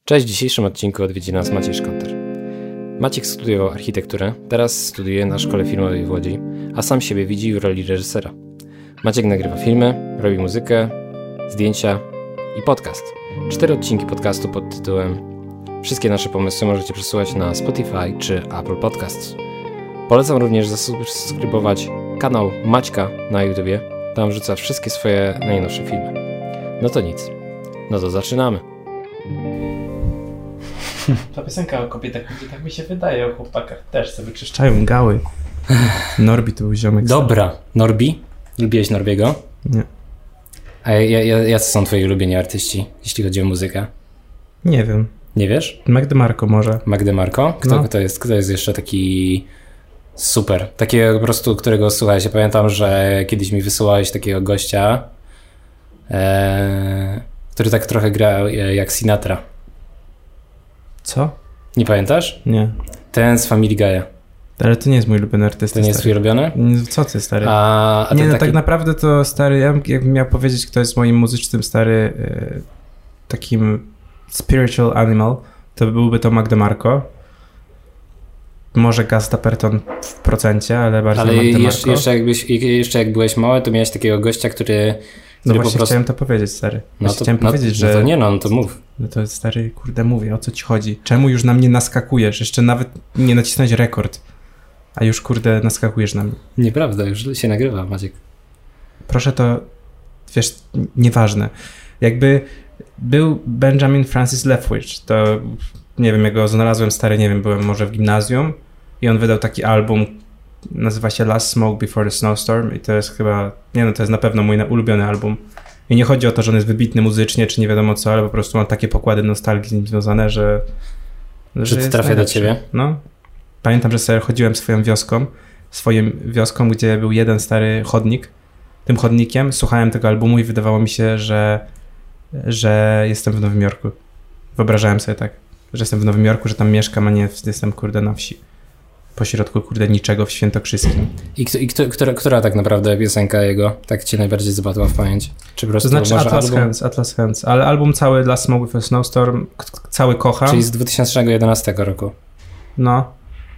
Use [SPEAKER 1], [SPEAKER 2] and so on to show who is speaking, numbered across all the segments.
[SPEAKER 1] Cześć, w dzisiejszym odcinku odwiedzi nas Maciej Szkonter. Maciek studiował architekturę, teraz studiuje na szkole filmowej w Łodzi, a sam siebie widzi w roli reżysera. Maciek nagrywa filmy, robi muzykę, zdjęcia i podcast. 4 odcinki podcastu pod tytułem Wszystkie nasze pomysły możecie przesłuchać na Spotify czy Apple Podcasts. Polecam również zasubskrybować kanał Maćka na YouTubie, tam wrzuca wszystkie swoje najnowsze filmy. No to nic, no to zaczynamy.
[SPEAKER 2] Ta piosenka o kobietach, tak mi się wydaje, o chłopakach też sobie czyszczają gały. Norbi to był ziomek.
[SPEAKER 1] Dobra, Norbi? Lubiłeś Norbiego?
[SPEAKER 2] Nie.
[SPEAKER 1] A jacy są twoi ulubieni artyści, jeśli chodzi o muzykę?
[SPEAKER 2] Nie wiem.
[SPEAKER 1] Nie wiesz?
[SPEAKER 2] Magdy Marko może.
[SPEAKER 1] Magdy Marko? Kto jest jeszcze taki super? Takiego po prostu, którego słuchałeś. Ja pamiętam, że kiedyś mi wysyłałeś takiego gościa, który tak trochę gra jak Sinatra.
[SPEAKER 2] Co?
[SPEAKER 1] Nie pamiętasz?
[SPEAKER 2] Nie.
[SPEAKER 1] Ten z Family Guy'a.
[SPEAKER 2] Ale to nie jest mój ulubiony artysta.
[SPEAKER 1] To nie jest twój ulubiony?
[SPEAKER 2] Co ty, stary?
[SPEAKER 1] A
[SPEAKER 2] nie, no
[SPEAKER 1] taki...
[SPEAKER 2] tak naprawdę to, stary, jakbym miał powiedzieć, kto jest moim muzycznym, stary, takim spiritual animal, to byłby to Magda Marko. Może Gaz Dapperton w procencie, ale bardziej Magda Marko.
[SPEAKER 1] Jeszcze jak byłeś mały, to miałeś takiego gościa, który
[SPEAKER 2] No właśnie
[SPEAKER 1] po prostu...
[SPEAKER 2] chciałem to powiedzieć, stary.
[SPEAKER 1] Chciałem
[SPEAKER 2] powiedzieć, że...
[SPEAKER 1] No to nie, no to mów.
[SPEAKER 2] No to stary, kurde, mówię, o co ci chodzi? Czemu już na mnie naskakujesz? Jeszcze nawet nie nacisnąłeś rekord, a już, kurde, naskakujesz na mnie.
[SPEAKER 1] Nieprawda, już się nagrywa, Maciek.
[SPEAKER 2] Proszę to, wiesz, nieważne. Jakby był Benjamin Francis Leftwich, to nie wiem, jak go znalazłem, stary, nie wiem, byłem może w gimnazjum i on wydał taki album, nazywa się Last Smoke Before the Snowstorm i to jest chyba, to jest na pewno mój ulubiony album. I nie chodzi o to, że on jest wybitny muzycznie, czy nie wiadomo co, ale po prostu mam takie pokłady nostalgii z nim związane, że
[SPEAKER 1] to trafia do ciebie?
[SPEAKER 2] No. Pamiętam, że sobie chodziłem swoją wioską, gdzie był jeden stary chodnik. Tym chodnikiem słuchałem tego albumu i wydawało mi się, że jestem w Nowym Jorku. Wyobrażałem sobie tak, że jestem w Nowym Jorku, że tam mieszkam, a nie jestem, kurde, na wsi. Pośrodku, kurde, niczego w Świętokrzyskim.
[SPEAKER 1] Która tak naprawdę piosenka jego tak cię najbardziej zapadła w pamięć? Czy po prostu
[SPEAKER 2] to znaczy Atlas Hands, ale album cały Last Smoke Before Snowstorm cały kocham.
[SPEAKER 1] Czyli z 2011 roku.
[SPEAKER 2] No.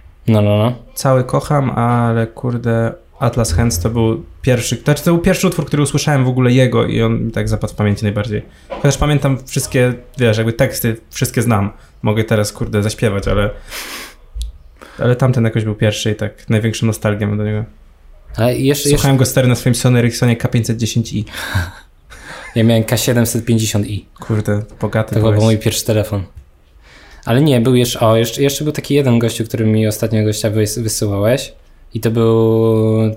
[SPEAKER 2] Cały kocham, ale kurde, Atlas Hands to był pierwszy, to był pierwszy utwór, który usłyszałem w ogóle jego i on mi tak zapadł w pamięci najbardziej. Chociaż pamiętam wszystkie, wiesz, jakby teksty, wszystkie znam. Mogę teraz, kurde, zaśpiewać, ale tamten jakoś był pierwszy i tak największą nostalgię mam do niego. Słuchałem go stary na swoim Sony Ericssonie K510i.
[SPEAKER 1] Ja miałem K750i.
[SPEAKER 2] Kurde, bogaty
[SPEAKER 1] to był mój pierwszy telefon. Ale nie, był jeszcze był taki jeden gościu, który mi ostatnio gościa wysyłałeś i to był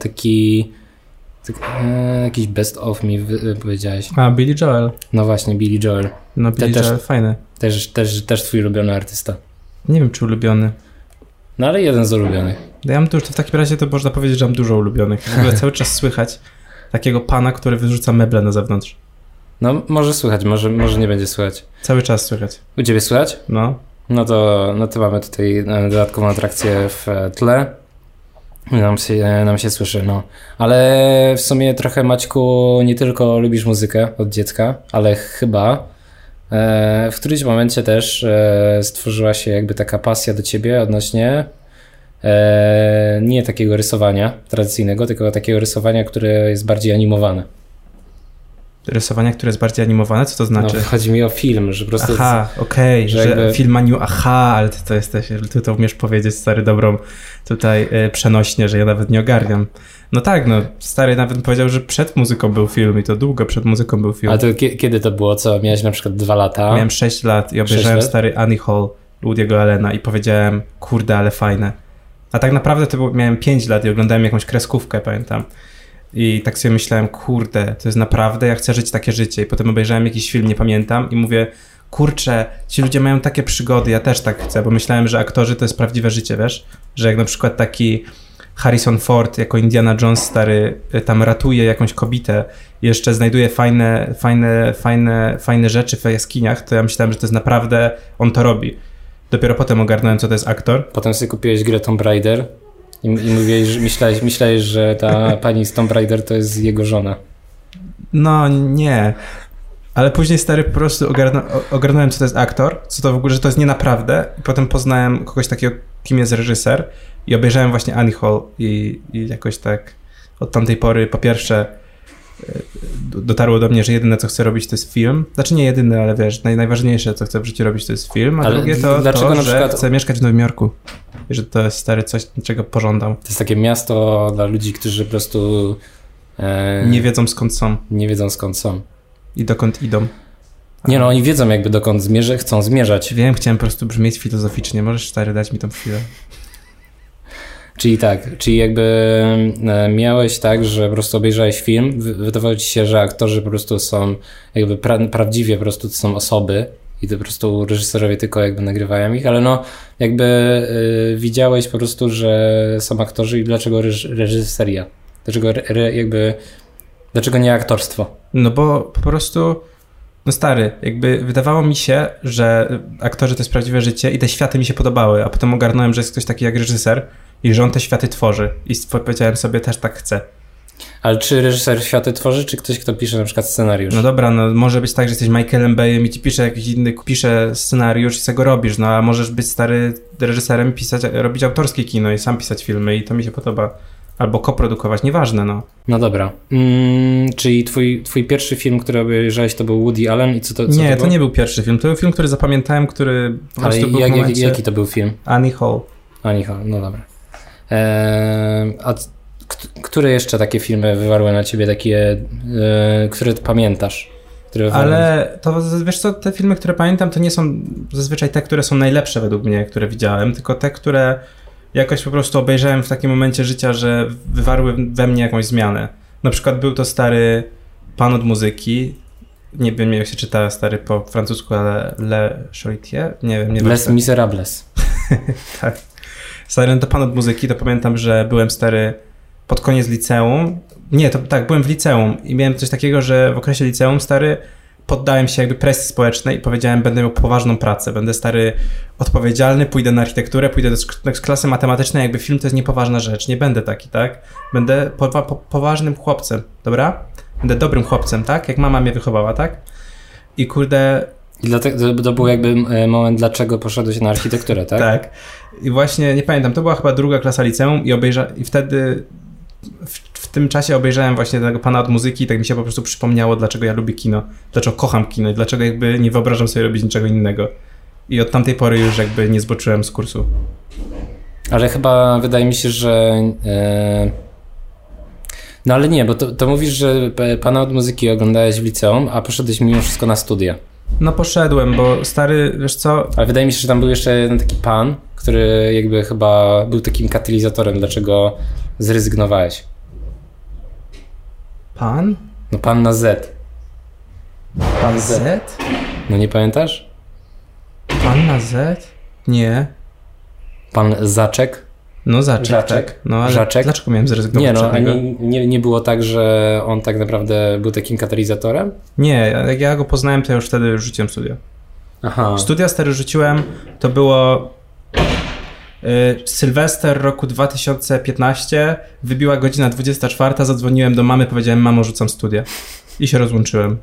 [SPEAKER 1] jakiś best of mi powiedziałeś.
[SPEAKER 2] A, Billy Joel.
[SPEAKER 1] No właśnie, Billy Joel.
[SPEAKER 2] No Billy Joel, fajny.
[SPEAKER 1] Też twój ulubiony artysta.
[SPEAKER 2] Nie wiem, czy ulubiony.
[SPEAKER 1] No ale jeden z ulubionych.
[SPEAKER 2] Ja mam w takim razie to można powiedzieć, że mam dużo ulubionych. W ogóle cały czas słychać takiego pana, który wyrzuca meble na zewnątrz.
[SPEAKER 1] No może słychać, może nie będzie słychać.
[SPEAKER 2] Cały czas słychać.
[SPEAKER 1] U ciebie słychać?
[SPEAKER 2] No.
[SPEAKER 1] No to mamy tutaj dodatkową atrakcję w tle. Nam się słyszy, no. Ale w sumie trochę, Maćku, nie tylko lubisz muzykę od dziecka, ale chyba w którymś momencie też stworzyła się jakby taka pasja do ciebie odnośnie nie takiego rysowania tradycyjnego, tylko takiego rysowania, które jest bardziej animowane.
[SPEAKER 2] Rysowania, które jest bardziej animowane? Co to znaczy?
[SPEAKER 1] No, chodzi mi o film, że po prostu...
[SPEAKER 2] Aha, okej, że jakby... film ale ty to jesteś, ty to umiesz powiedzieć, stary, dobrą tutaj przenośnie, że ja nawet nie ogarniam. No tak, no, stary nawet powiedział, że przed muzyką był film i to długo przed muzyką był film.
[SPEAKER 1] A to kiedy to było? Co? Miałeś na przykład 2 lata?
[SPEAKER 2] Miałem 6 lat i obejrzałem stary Annie Hall Woody'ego Allena i powiedziałem, kurde, ale fajne. A tak naprawdę to miałem 5 lat i oglądałem jakąś kreskówkę, pamiętam. I tak sobie myślałem, kurde, to jest naprawdę, ja chcę żyć takie życie. I potem obejrzałem jakiś film, nie pamiętam i mówię, kurczę, ci ludzie mają takie przygody, ja też tak chcę, bo myślałem, że aktorzy to jest prawdziwe życie, wiesz? Że jak na przykład taki Harrison Ford jako Indiana Jones stary tam ratuje jakąś kobietę i jeszcze znajduje fajne rzeczy w jaskiniach, to ja myślałem, że to jest naprawdę, on to robi. Dopiero potem ogarnąłem, co to jest aktor.
[SPEAKER 1] Potem sobie kupiłeś grę Tomb Raider i mówiłeś, że myślałeś, że ta pani z Tomb Raider to jest jego żona.
[SPEAKER 2] No nie. Ale później stary po prostu ogarnąłem, co to jest aktor, co to w ogóle, że to jest nie naprawdę. I potem poznałem kogoś takiego, kim jest reżyser i obejrzałem właśnie Annie Hall i jakoś tak od tamtej pory po pierwsze dotarło do mnie, że jedyne co chcę robić to jest film. Znaczy nie jedyne, ale wiesz, najważniejsze co chcę w życiu robić to jest film, a drugie to, że chcę mieszkać w Nowym Jorku. I że to jest stary coś, czego pożądam.
[SPEAKER 1] To jest takie miasto dla ludzi, którzy po prostu
[SPEAKER 2] nie wiedzą skąd są.
[SPEAKER 1] Nie wiedzą skąd są.
[SPEAKER 2] I dokąd idą.
[SPEAKER 1] Nie no, oni wiedzą jakby dokąd chcą zmierzać.
[SPEAKER 2] Wiem, chciałem po prostu brzmieć filozoficznie. Możesz, stary, dać mi tą chwilę.
[SPEAKER 1] Czyli jakby miałeś tak, że po prostu obejrzałeś film, wydawało ci się, że aktorzy po prostu są jakby prawdziwie po prostu to są osoby i to po prostu reżyserowie tylko jakby nagrywają ich, ale no jakby widziałeś po prostu, że są aktorzy i dlaczego reżyseria? Dlaczego nie aktorstwo?
[SPEAKER 2] No bo po prostu, no stary, jakby wydawało mi się, że aktorzy to jest prawdziwe życie i te światy mi się podobały, a potem ogarnąłem, że jest ktoś taki jak reżyser i że on te światy tworzy i powiedziałem sobie, też tak chcę.
[SPEAKER 1] Ale czy reżyser światy tworzy, czy ktoś, kto pisze na przykład scenariusz?
[SPEAKER 2] No dobra, no może być tak, że jesteś Michaelem Bayem i ci pisze jakiś inny, pisze scenariusz i sobie go robisz, no a możesz być stary reżyserem, robić autorskie kino i sam pisać filmy i to mi się podoba. Albo koprodukować, nieważne, no.
[SPEAKER 1] No dobra. Czyli twój pierwszy film, który obejrzałeś, to był Woody Allen i co to
[SPEAKER 2] Nie,
[SPEAKER 1] to
[SPEAKER 2] nie był pierwszy film. To był film, który zapamiętałem, który po prostu był w momencie...
[SPEAKER 1] Jaki to był film?
[SPEAKER 2] Annie Hall.
[SPEAKER 1] Annie Hall, no dobra. A które jeszcze takie filmy wywarły na ciebie takie, które pamiętasz?
[SPEAKER 2] Ale to, wiesz co, te filmy, które pamiętam, to nie są zazwyczaj te, które są najlepsze według mnie, które widziałem, tylko te, które jakoś po prostu obejrzałem w takim momencie życia, że wywarły we mnie jakąś zmianę. Na przykład był to stary Pan od muzyki. Nie wiem, jak się czyta stary po francusku, ale Le Charitier? Nie wiem. Nie
[SPEAKER 1] Les Miserables.
[SPEAKER 2] Tak. Stary, to Pan od muzyki, to pamiętam, że byłem stary pod koniec liceum. Nie, to tak, byłem w liceum i miałem coś takiego, że w okresie liceum stary poddałem się jakby presji społecznej i powiedziałem, będę miał poważną pracę, będę stary odpowiedzialny, pójdę na architekturę, pójdę do klasy matematycznej, jakby film to jest niepoważna rzecz, nie będę taki, tak? Będę poważnym chłopcem, dobra? Będę dobrym chłopcem, tak? Jak mama mnie wychowała, tak? I kurde...
[SPEAKER 1] I dlatego to był jakby moment, dlaczego poszedłeś na architekturę, tak?
[SPEAKER 2] Tak. I właśnie, nie pamiętam, to była chyba druga klasa liceum i wtedy w tym czasie obejrzałem właśnie tego Pana od muzyki i tak mi się po prostu przypomniało, dlaczego ja lubię kino, dlaczego kocham kino i dlaczego jakby nie wyobrażam sobie robić niczego innego. I od tamtej pory już jakby nie zboczyłem z kursu.
[SPEAKER 1] Ale chyba wydaje mi się, że... No ale nie, bo to mówisz, że Pana od muzyki oglądałeś w liceum, a poszedłeś mimo wszystko na studia.
[SPEAKER 2] No poszedłem, bo stary, wiesz co...
[SPEAKER 1] Ale wydaje mi się, że tam był jeszcze jeden taki pan, który jakby chyba był takim katalizatorem, dlaczego zrezygnowałeś.
[SPEAKER 2] Pan?
[SPEAKER 1] No pan na Z.
[SPEAKER 2] Pan Z?
[SPEAKER 1] No nie pamiętasz?
[SPEAKER 2] Pan na Z? Nie.
[SPEAKER 1] Pan Zaczek?
[SPEAKER 2] No Zaczek. No ale
[SPEAKER 1] Żaczek?
[SPEAKER 2] Dlaczego miałem zrezygnować?
[SPEAKER 1] Nie było tak, że on tak naprawdę był takim katalizatorem?
[SPEAKER 2] Nie, jak ja go poznałem, to ja już wtedy rzuciłem studia.
[SPEAKER 1] Aha.
[SPEAKER 2] Studia stary rzuciłem, to było Sylwester roku 2015, wybiła godzina 24, zadzwoniłem do mamy, powiedziałem, mamo, rzucam studia. I się rozłączyłem.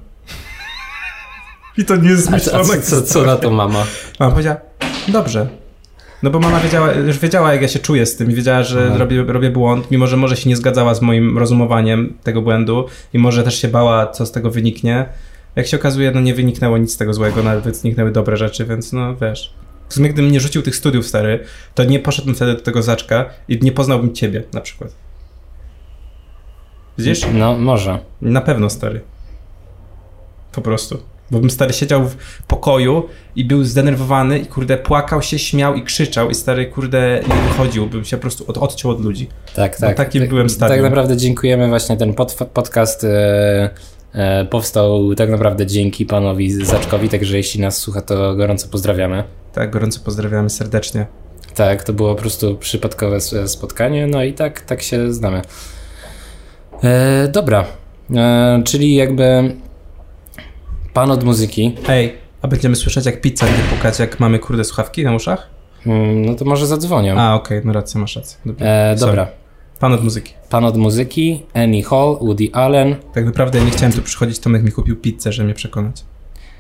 [SPEAKER 2] I to nie jest zmyślone.
[SPEAKER 1] Co na to mama?
[SPEAKER 2] Mama powiedziała, dobrze. No bo mama już wiedziała, jak ja się czuję z tym i wiedziała, że robię błąd, mimo że może się nie zgadzała z moim rozumowaniem tego błędu i może też się bała, co z tego wyniknie. Jak się okazuje, no nie wyniknęło nic z tego złego, nawet zniknęły dobre rzeczy, więc no wiesz. W sumie, gdybym nie rzucił tych studiów, stary, to nie poszedłbym wtedy do tego Zaczka i nie poznałbym ciebie, na przykład. Widzisz?
[SPEAKER 1] No, może. Na
[SPEAKER 2] pewno, stary. Po prostu. Bo bym stary siedział w pokoju i był zdenerwowany i kurde płakał się, śmiał i krzyczał i stary kurde nie wychodził, bym się po prostu odciął od ludzi.
[SPEAKER 1] Tak.
[SPEAKER 2] Takim byłem stary.
[SPEAKER 1] Tak naprawdę dziękujemy, właśnie ten podcast powstał tak naprawdę dzięki panowi Zaczkowi, także jeśli nas słucha, to gorąco pozdrawiamy.
[SPEAKER 2] Tak, gorąco pozdrawiamy serdecznie.
[SPEAKER 1] Tak, to było po prostu przypadkowe spotkanie, no i tak się znamy. Dobra, czyli jakby Pan od muzyki.
[SPEAKER 2] Ej, a będziemy słyszeć jak pizza będzie pukać, jak mamy kurde słuchawki na uszach?
[SPEAKER 1] No to może zadzwonią.
[SPEAKER 2] A, okej, no racja, masz rację.
[SPEAKER 1] Dobra.
[SPEAKER 2] Pan od muzyki.
[SPEAKER 1] Pan od muzyki, Annie Hall, Woody Allen.
[SPEAKER 2] Tak naprawdę ja nie chciałem tu przychodzić, Tomek mi kupił pizzę, żeby mnie przekonać.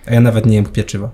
[SPEAKER 2] a ja nawet nie jem pieczywa.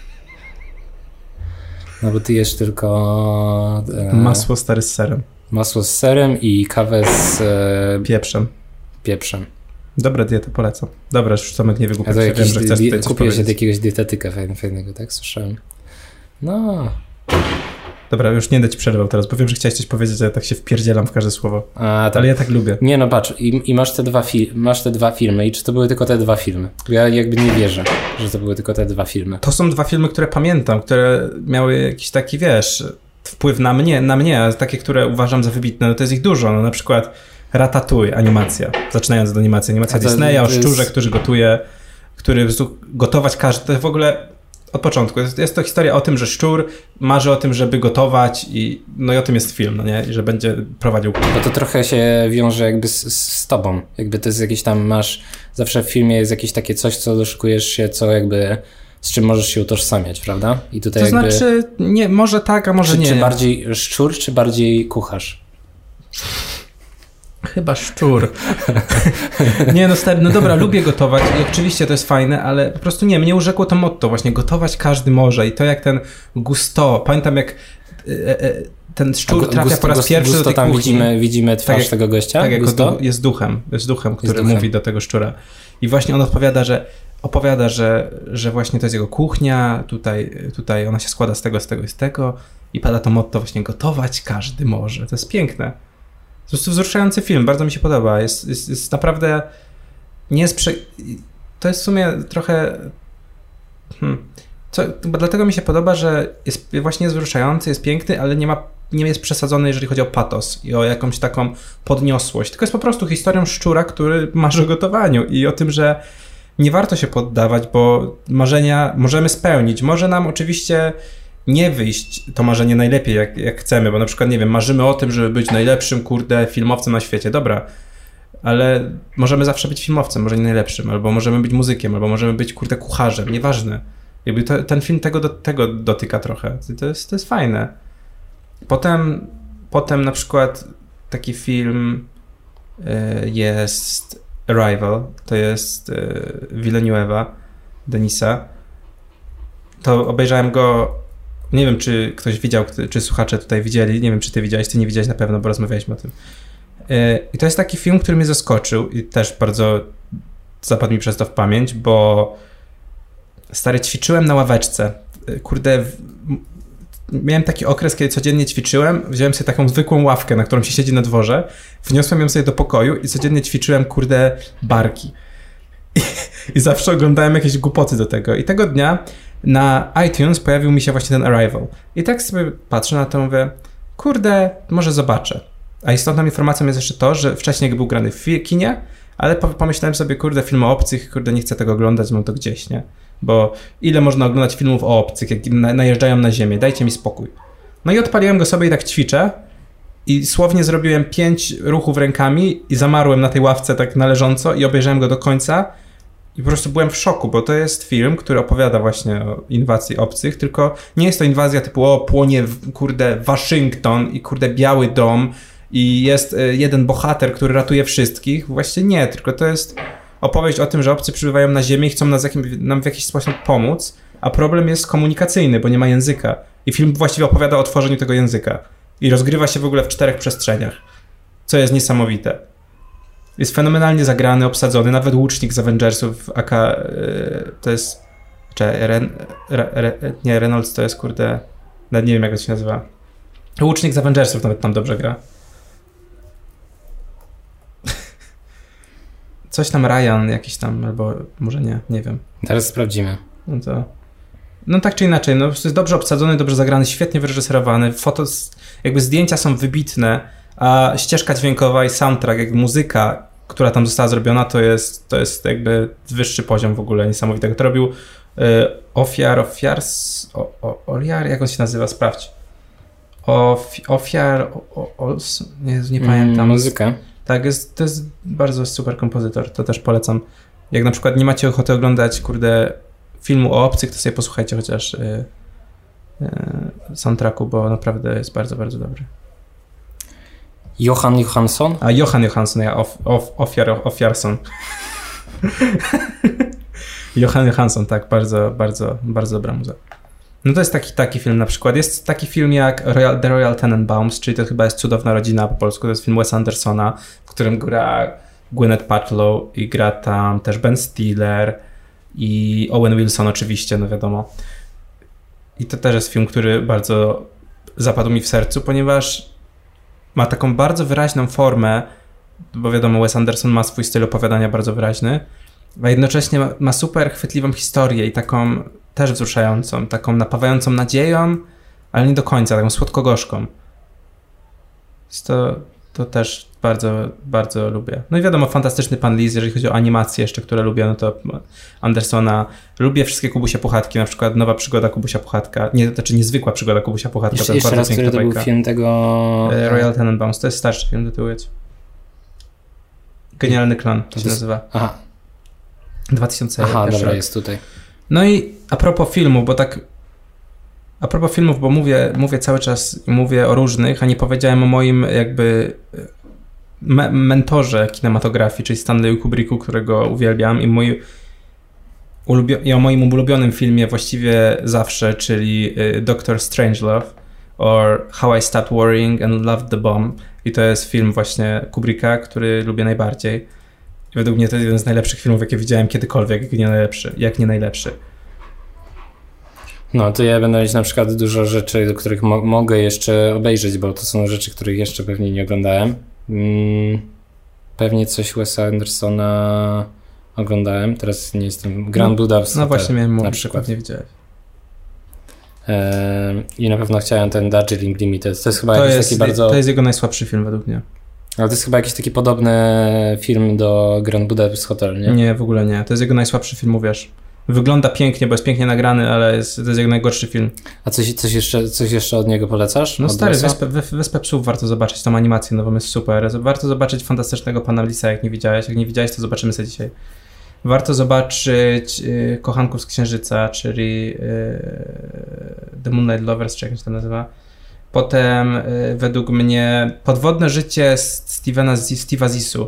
[SPEAKER 1] No bo ty jesz tylko...
[SPEAKER 2] Masło stare z serem.
[SPEAKER 1] Masło z serem i kawę z... Pieprzem.
[SPEAKER 2] Dobra dieta, polecam. Dobra, już Tomek nie wygłupiał się,
[SPEAKER 1] wiem,
[SPEAKER 2] że chcesz tutaj coś
[SPEAKER 1] kupiłeś
[SPEAKER 2] powiedzieć.
[SPEAKER 1] od jakiegoś dietetyka fajnego, tak? Słyszałem. No...
[SPEAKER 2] Dobra, już nie będę ci przerwał teraz, bo wiem, że chciałeś coś powiedzieć, ale ja tak się wpierdzielam w każde słowo.
[SPEAKER 1] Tak.
[SPEAKER 2] Ale ja tak lubię.
[SPEAKER 1] Nie no, patrz, i masz te dwa filmy i czy to były tylko te dwa filmy? Ja jakby nie wierzę, że to były tylko te dwa filmy.
[SPEAKER 2] To są dwa filmy, które pamiętam, które miały jakiś taki, wiesz, wpływ na mnie, a takie, które uważam za wybitne, no to jest ich dużo, no na przykład Ratatouille, animacja, zaczynając od animacja Disneya, o szczurze, który gotuje, gotować każdy, to jest w ogóle... Od początku. Jest to historia o tym, że szczur marzy o tym, żeby gotować no i o tym jest film, no nie? I że będzie prowadził...
[SPEAKER 1] Bo to trochę się wiąże jakby z tobą. Jakby to jest jakieś tam zawsze w filmie jest jakieś takie coś, co doszukujesz się, co jakby z czym możesz się utożsamiać, prawda? I tutaj
[SPEAKER 2] to znaczy, nie, może tak, a może nie.
[SPEAKER 1] Czy bardziej szczur, czy bardziej kucharz?
[SPEAKER 2] Chyba szczur. Nie no stary, no dobra, lubię gotować i oczywiście to jest fajne, ale po prostu nie, mnie urzekło to motto właśnie, gotować każdy może i to jak ten Gusto, pamiętam jak ten szczur trafia po raz pierwszy do tej
[SPEAKER 1] tam
[SPEAKER 2] kuchni.
[SPEAKER 1] widzimy twarz tego gościa?
[SPEAKER 2] Tak, jak jest duchem, który mówi do tego szczura. I właśnie on opowiada, że właśnie to jest jego kuchnia, tutaj ona się składa z tego i z tego i pada to motto właśnie, gotować każdy może. To jest piękne. Po prostu wzruszający film, bardzo mi się podoba. Jest naprawdę... To jest w sumie trochę... Dlatego mi się podoba, że jest wzruszający, jest piękny, ale nie jest przesadzony, jeżeli chodzi o patos i o jakąś taką podniosłość. Tylko jest po prostu historią szczura, który marzy o gotowaniu i o tym, że nie warto się poddawać, bo marzenia możemy spełnić. Może nam oczywiście... nie wyjść to marzenie najlepiej jak chcemy, bo na przykład, nie wiem, marzymy o tym, żeby być najlepszym, filmowcem na świecie, dobra, ale możemy zawsze być filmowcem, może nie najlepszym, albo możemy być muzykiem, albo możemy być, kucharzem, nieważne. Jakby ten film tego dotyka trochę, to jest fajne. Potem na przykład taki film jest Arrival, to jest Villeneuve'a, Denisa. To obejrzałem go. Nie wiem, czy ktoś widział, czy słuchacze tutaj widzieli. Nie wiem, czy ty widziałeś, ty nie widziałeś na pewno, bo rozmawialiśmy o tym. I to jest taki film, który mnie zaskoczył i też bardzo zapadł mi przez to w pamięć, bo stary, ćwiczyłem na ławeczce. Miałem taki okres, kiedy codziennie ćwiczyłem, wziąłem sobie taką zwykłą ławkę, na którą się siedzi na dworze, wniosłem ją sobie do pokoju i codziennie ćwiczyłem, barki. I zawsze oglądałem jakieś głupoty do tego. I tego dnia na iTunes pojawił mi się właśnie ten Arrival. I tak sobie patrzę na to i mówię, może zobaczę. A istotną informacją jest jeszcze to, że wcześniej był grany w kinie, ale pomyślałem sobie, film o obcych, nie chcę tego oglądać, mam to gdzieś, nie? Bo ile można oglądać filmów o obcych, jak najeżdżają na ziemię, dajcie mi spokój. No i odpaliłem go sobie i tak ćwiczę i słownie zrobiłem 5 ruchów rękami i zamarłem na tej ławce tak na leżąco i obejrzałem go do końca. I po prostu byłem w szoku, bo to jest film, który opowiada właśnie o inwazji obcych, tylko nie jest to inwazja typu płonie Waszyngton i Biały Dom i jest jeden bohater, który ratuje wszystkich. Właśnie nie, tylko to jest opowieść o tym, że obcy przybywają na ziemię i chcą nam w jakiś sposób pomóc, a problem jest komunikacyjny, bo nie ma języka. I film właściwie opowiada o tworzeniu tego języka. I rozgrywa się w ogóle w 4 przestrzeniach, co jest niesamowite. Jest fenomenalnie zagrany, obsadzony, nawet łucznik z Avengersów, to jest... nie, Reynolds to jest, nawet nie wiem, jak to się nazywa. Łucznik z Avengersów nawet tam dobrze gra. Coś tam Ryan jakiś tam, albo może nie wiem.
[SPEAKER 1] Teraz sprawdzimy.
[SPEAKER 2] No tak czy inaczej, jest dobrze obsadzony, dobrze zagrany, świetnie wyreżyserowany, jakby zdjęcia są wybitne, a ścieżka dźwiękowa i soundtrack, jakby muzyka, która tam została zrobiona, to jest jakby wyższy poziom w ogóle niesamowitego. To robił Oliar, jak on się nazywa? Sprawdź. Nie pamiętam.
[SPEAKER 1] Muzykę.
[SPEAKER 2] Tak, to jest bardzo super kompozytor, to też polecam. Jak na przykład nie macie ochoty oglądać, filmu o obcych, to sobie posłuchajcie chociaż soundtracku, bo naprawdę jest bardzo, bardzo dobry.
[SPEAKER 1] Jóhann Johansson?
[SPEAKER 2] Jóhann Johansson, ja Ofiarson. Johansson, tak, bardzo, bardzo, bardzo dobra muza. No to jest taki film na przykład. Jest taki film jak The Royal Tenenbaums, czyli to chyba jest Cudowna Rodzina po polsku. To jest film Wesa Andersona, w którym gra Gwyneth Paltrow i gra tam też Ben Stiller i Owen Wilson oczywiście, no wiadomo. I to też jest film, który bardzo zapadł mi w sercu, ponieważ ma taką bardzo wyraźną formę, bo wiadomo, Wes Anderson ma swój styl opowiadania bardzo wyraźny, a jednocześnie ma super chwytliwą historię i taką też wzruszającą, taką napawającą nadzieją, ale nie do końca, taką słodko-gorzką. To też bardzo, bardzo lubię. No i wiadomo, fantastyczny Pan Lis, jeżeli chodzi o animacje jeszcze, które lubię, no to Andersona. Lubię wszystkie Kubusia Puchatki, na przykład Nowa przygoda Kubusia Puchatka, niezwykła przygoda Kubusia Puchatka.
[SPEAKER 1] Jeszcze raz, który to był film tego...
[SPEAKER 2] Royal Tenenbaums, to jest starszy film, tytułuje. Genialny Klan to się nazywa.
[SPEAKER 1] Aha.
[SPEAKER 2] 2000.
[SPEAKER 1] Aha, dobra, jest tutaj.
[SPEAKER 2] No i a propos filmów, bo mówię cały czas, mówię o różnych, a nie powiedziałem o moim jakby mentorze kinematografii, czyli Stanleyu Kubricku, którego uwielbiam i o moim ulubionym filmie właściwie zawsze, czyli Dr. Strangelove or How I Stopped Worrying and Loved the Bomb. I to jest film właśnie Kubricka, który lubię najbardziej. I według mnie to jest jeden z najlepszych filmów, jakie widziałem kiedykolwiek, jak nie najlepszy.
[SPEAKER 1] No, to ja będę mieć na przykład dużo rzeczy, do których mogę jeszcze obejrzeć, bo to są rzeczy, których jeszcze pewnie nie oglądałem. Pewnie coś Wesa Andersona oglądałem, teraz nie jestem... Grand Budapest
[SPEAKER 2] No właśnie miałem mówić,
[SPEAKER 1] na przykład.
[SPEAKER 2] Nie widziałem.
[SPEAKER 1] I na pewno chciałem ten Darjeeling Limited. To jest chyba jakiś taki bardzo...
[SPEAKER 2] To jest jego najsłabszy film według mnie.
[SPEAKER 1] Ale to jest chyba jakiś taki podobny film do Grand Budapest Hotel, nie?
[SPEAKER 2] Nie, w ogóle nie. To jest jego najsłabszy film, wiesz. Wygląda pięknie, bo jest pięknie nagrany, ale to jest jego najgorszy film.
[SPEAKER 1] A coś jeszcze od niego polecasz?
[SPEAKER 2] No stary, Wyspę Psów warto zobaczyć, tą animację nową jest super. Warto zobaczyć Fantastycznego Pana Lisa, jak nie widziałeś. Jak nie widziałeś, to zobaczymy sobie dzisiaj. Warto zobaczyć Kochanków z Księżyca, czyli The Moonlight Lovers, czy jak się to nazywa. Potem według mnie Podwodne życie Steve'a Zissou.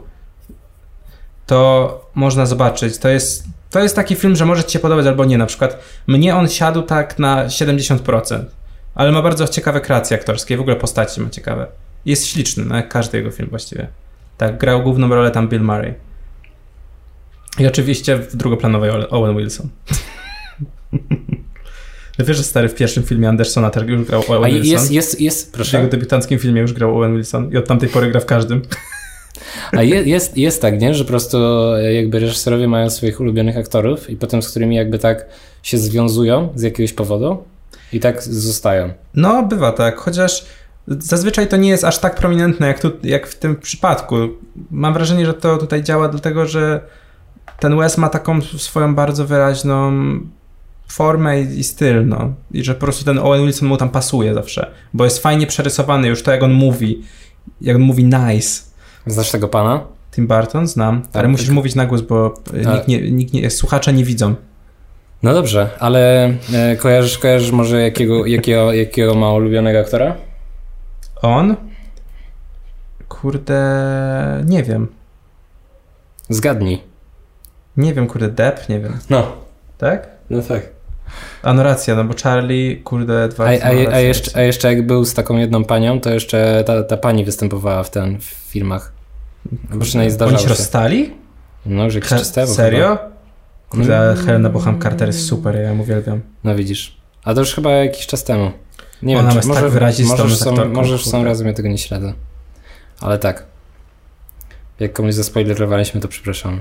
[SPEAKER 2] To można zobaczyć. To jest taki film, że może ci się podobać albo nie. Na przykład mnie on siadł tak na 70%, ale ma bardzo ciekawe kreacje aktorskie. W ogóle postaci ma ciekawe. Jest śliczny, no jak każdy jego film właściwie. Tak, grał główną rolę tam Bill Murray. I oczywiście w drugoplanowej Owen Wilson. Wiesz, że stary w pierwszym filmie Andersona też już grał Owen Wilson?
[SPEAKER 1] Jest, proszę.
[SPEAKER 2] W jego debiutanckim filmie już grał Owen Wilson i od tamtej pory gra w każdym.
[SPEAKER 1] A jest tak, nie? Że po prostu jakby reżyserowie mają swoich ulubionych aktorów i potem z którymi jakby tak się związują z jakiegoś powodu i tak zostają.
[SPEAKER 2] No, bywa tak, chociaż zazwyczaj to nie jest aż tak prominentne jak w tym przypadku. Mam wrażenie, że to tutaj działa dlatego, że ten Wes ma taką swoją bardzo wyraźną formę i styl, no. I że po prostu ten Owen Wilson mu tam pasuje zawsze, bo jest fajnie przerysowany już to, jak on mówi nice.
[SPEAKER 1] Znasz tego pana?
[SPEAKER 2] Tim Burton? Znam, ale musisz mówić na głos, bo słuchacze nie widzą.
[SPEAKER 1] No dobrze, ale kojarzysz może jakiego ma ulubionego aktora?
[SPEAKER 2] On? Kurde, nie wiem.
[SPEAKER 1] Zgadnij.
[SPEAKER 2] Nie wiem, kurde, Depp, nie wiem.
[SPEAKER 1] No.
[SPEAKER 2] Tak?
[SPEAKER 1] No tak.
[SPEAKER 2] A no racja, no bo Charlie, kurde,
[SPEAKER 1] a jeszcze jak był z taką jedną panią, to jeszcze ta pani występowała w filmach. Bo przynajmniej zdarzało się.
[SPEAKER 2] Oni się rozstali?
[SPEAKER 1] No, że jakiś czas temu.
[SPEAKER 2] Serio? Kurde, Helena Bonham Carter jest super, ja ją uwielbiam.
[SPEAKER 1] No widzisz. A to już chyba jakiś czas temu. Nie
[SPEAKER 2] Ona
[SPEAKER 1] wiem,
[SPEAKER 2] jest tak wyrazistą.
[SPEAKER 1] Może już są razem, ja tego nie śledzę. Ale tak. Jak komuś zaspoilerowaliśmy, to przepraszam.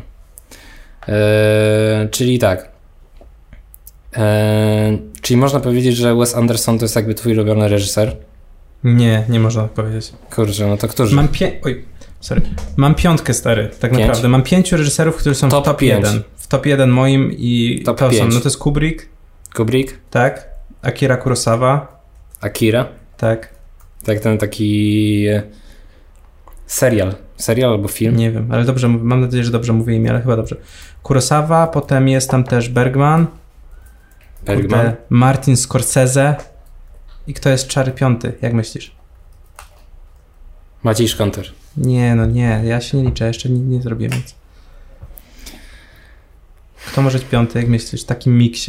[SPEAKER 1] Czyli tak. Czyli można powiedzieć, że Wes Anderson to jest jakby twój ulubiony reżyser?
[SPEAKER 2] Nie można tak powiedzieć.
[SPEAKER 1] Kurczę, no to którzy?
[SPEAKER 2] Mam piątkę, stary, tak 5? Naprawdę. Mam 5 reżyserów, którzy są w top 1. W top 1 moim i
[SPEAKER 1] top
[SPEAKER 2] to
[SPEAKER 1] 5.
[SPEAKER 2] są, no to jest Kubrick. Tak. Akira Kurosawa.
[SPEAKER 1] Akira?
[SPEAKER 2] Tak.
[SPEAKER 1] Tak, ten taki serial albo film?
[SPEAKER 2] Nie wiem, ale dobrze, mam nadzieję, że dobrze mówię imię, ale chyba dobrze. Kurosawa, potem jest tam też Bergman. Martin Scorsese. I kto jest Czary Piąty? Jak myślisz?
[SPEAKER 1] Maciej Szkanter.
[SPEAKER 2] Nie, ja się nie liczę, jeszcze nie zrobiłem nic. Kto może być piąty, jak myślisz, w takim miksie?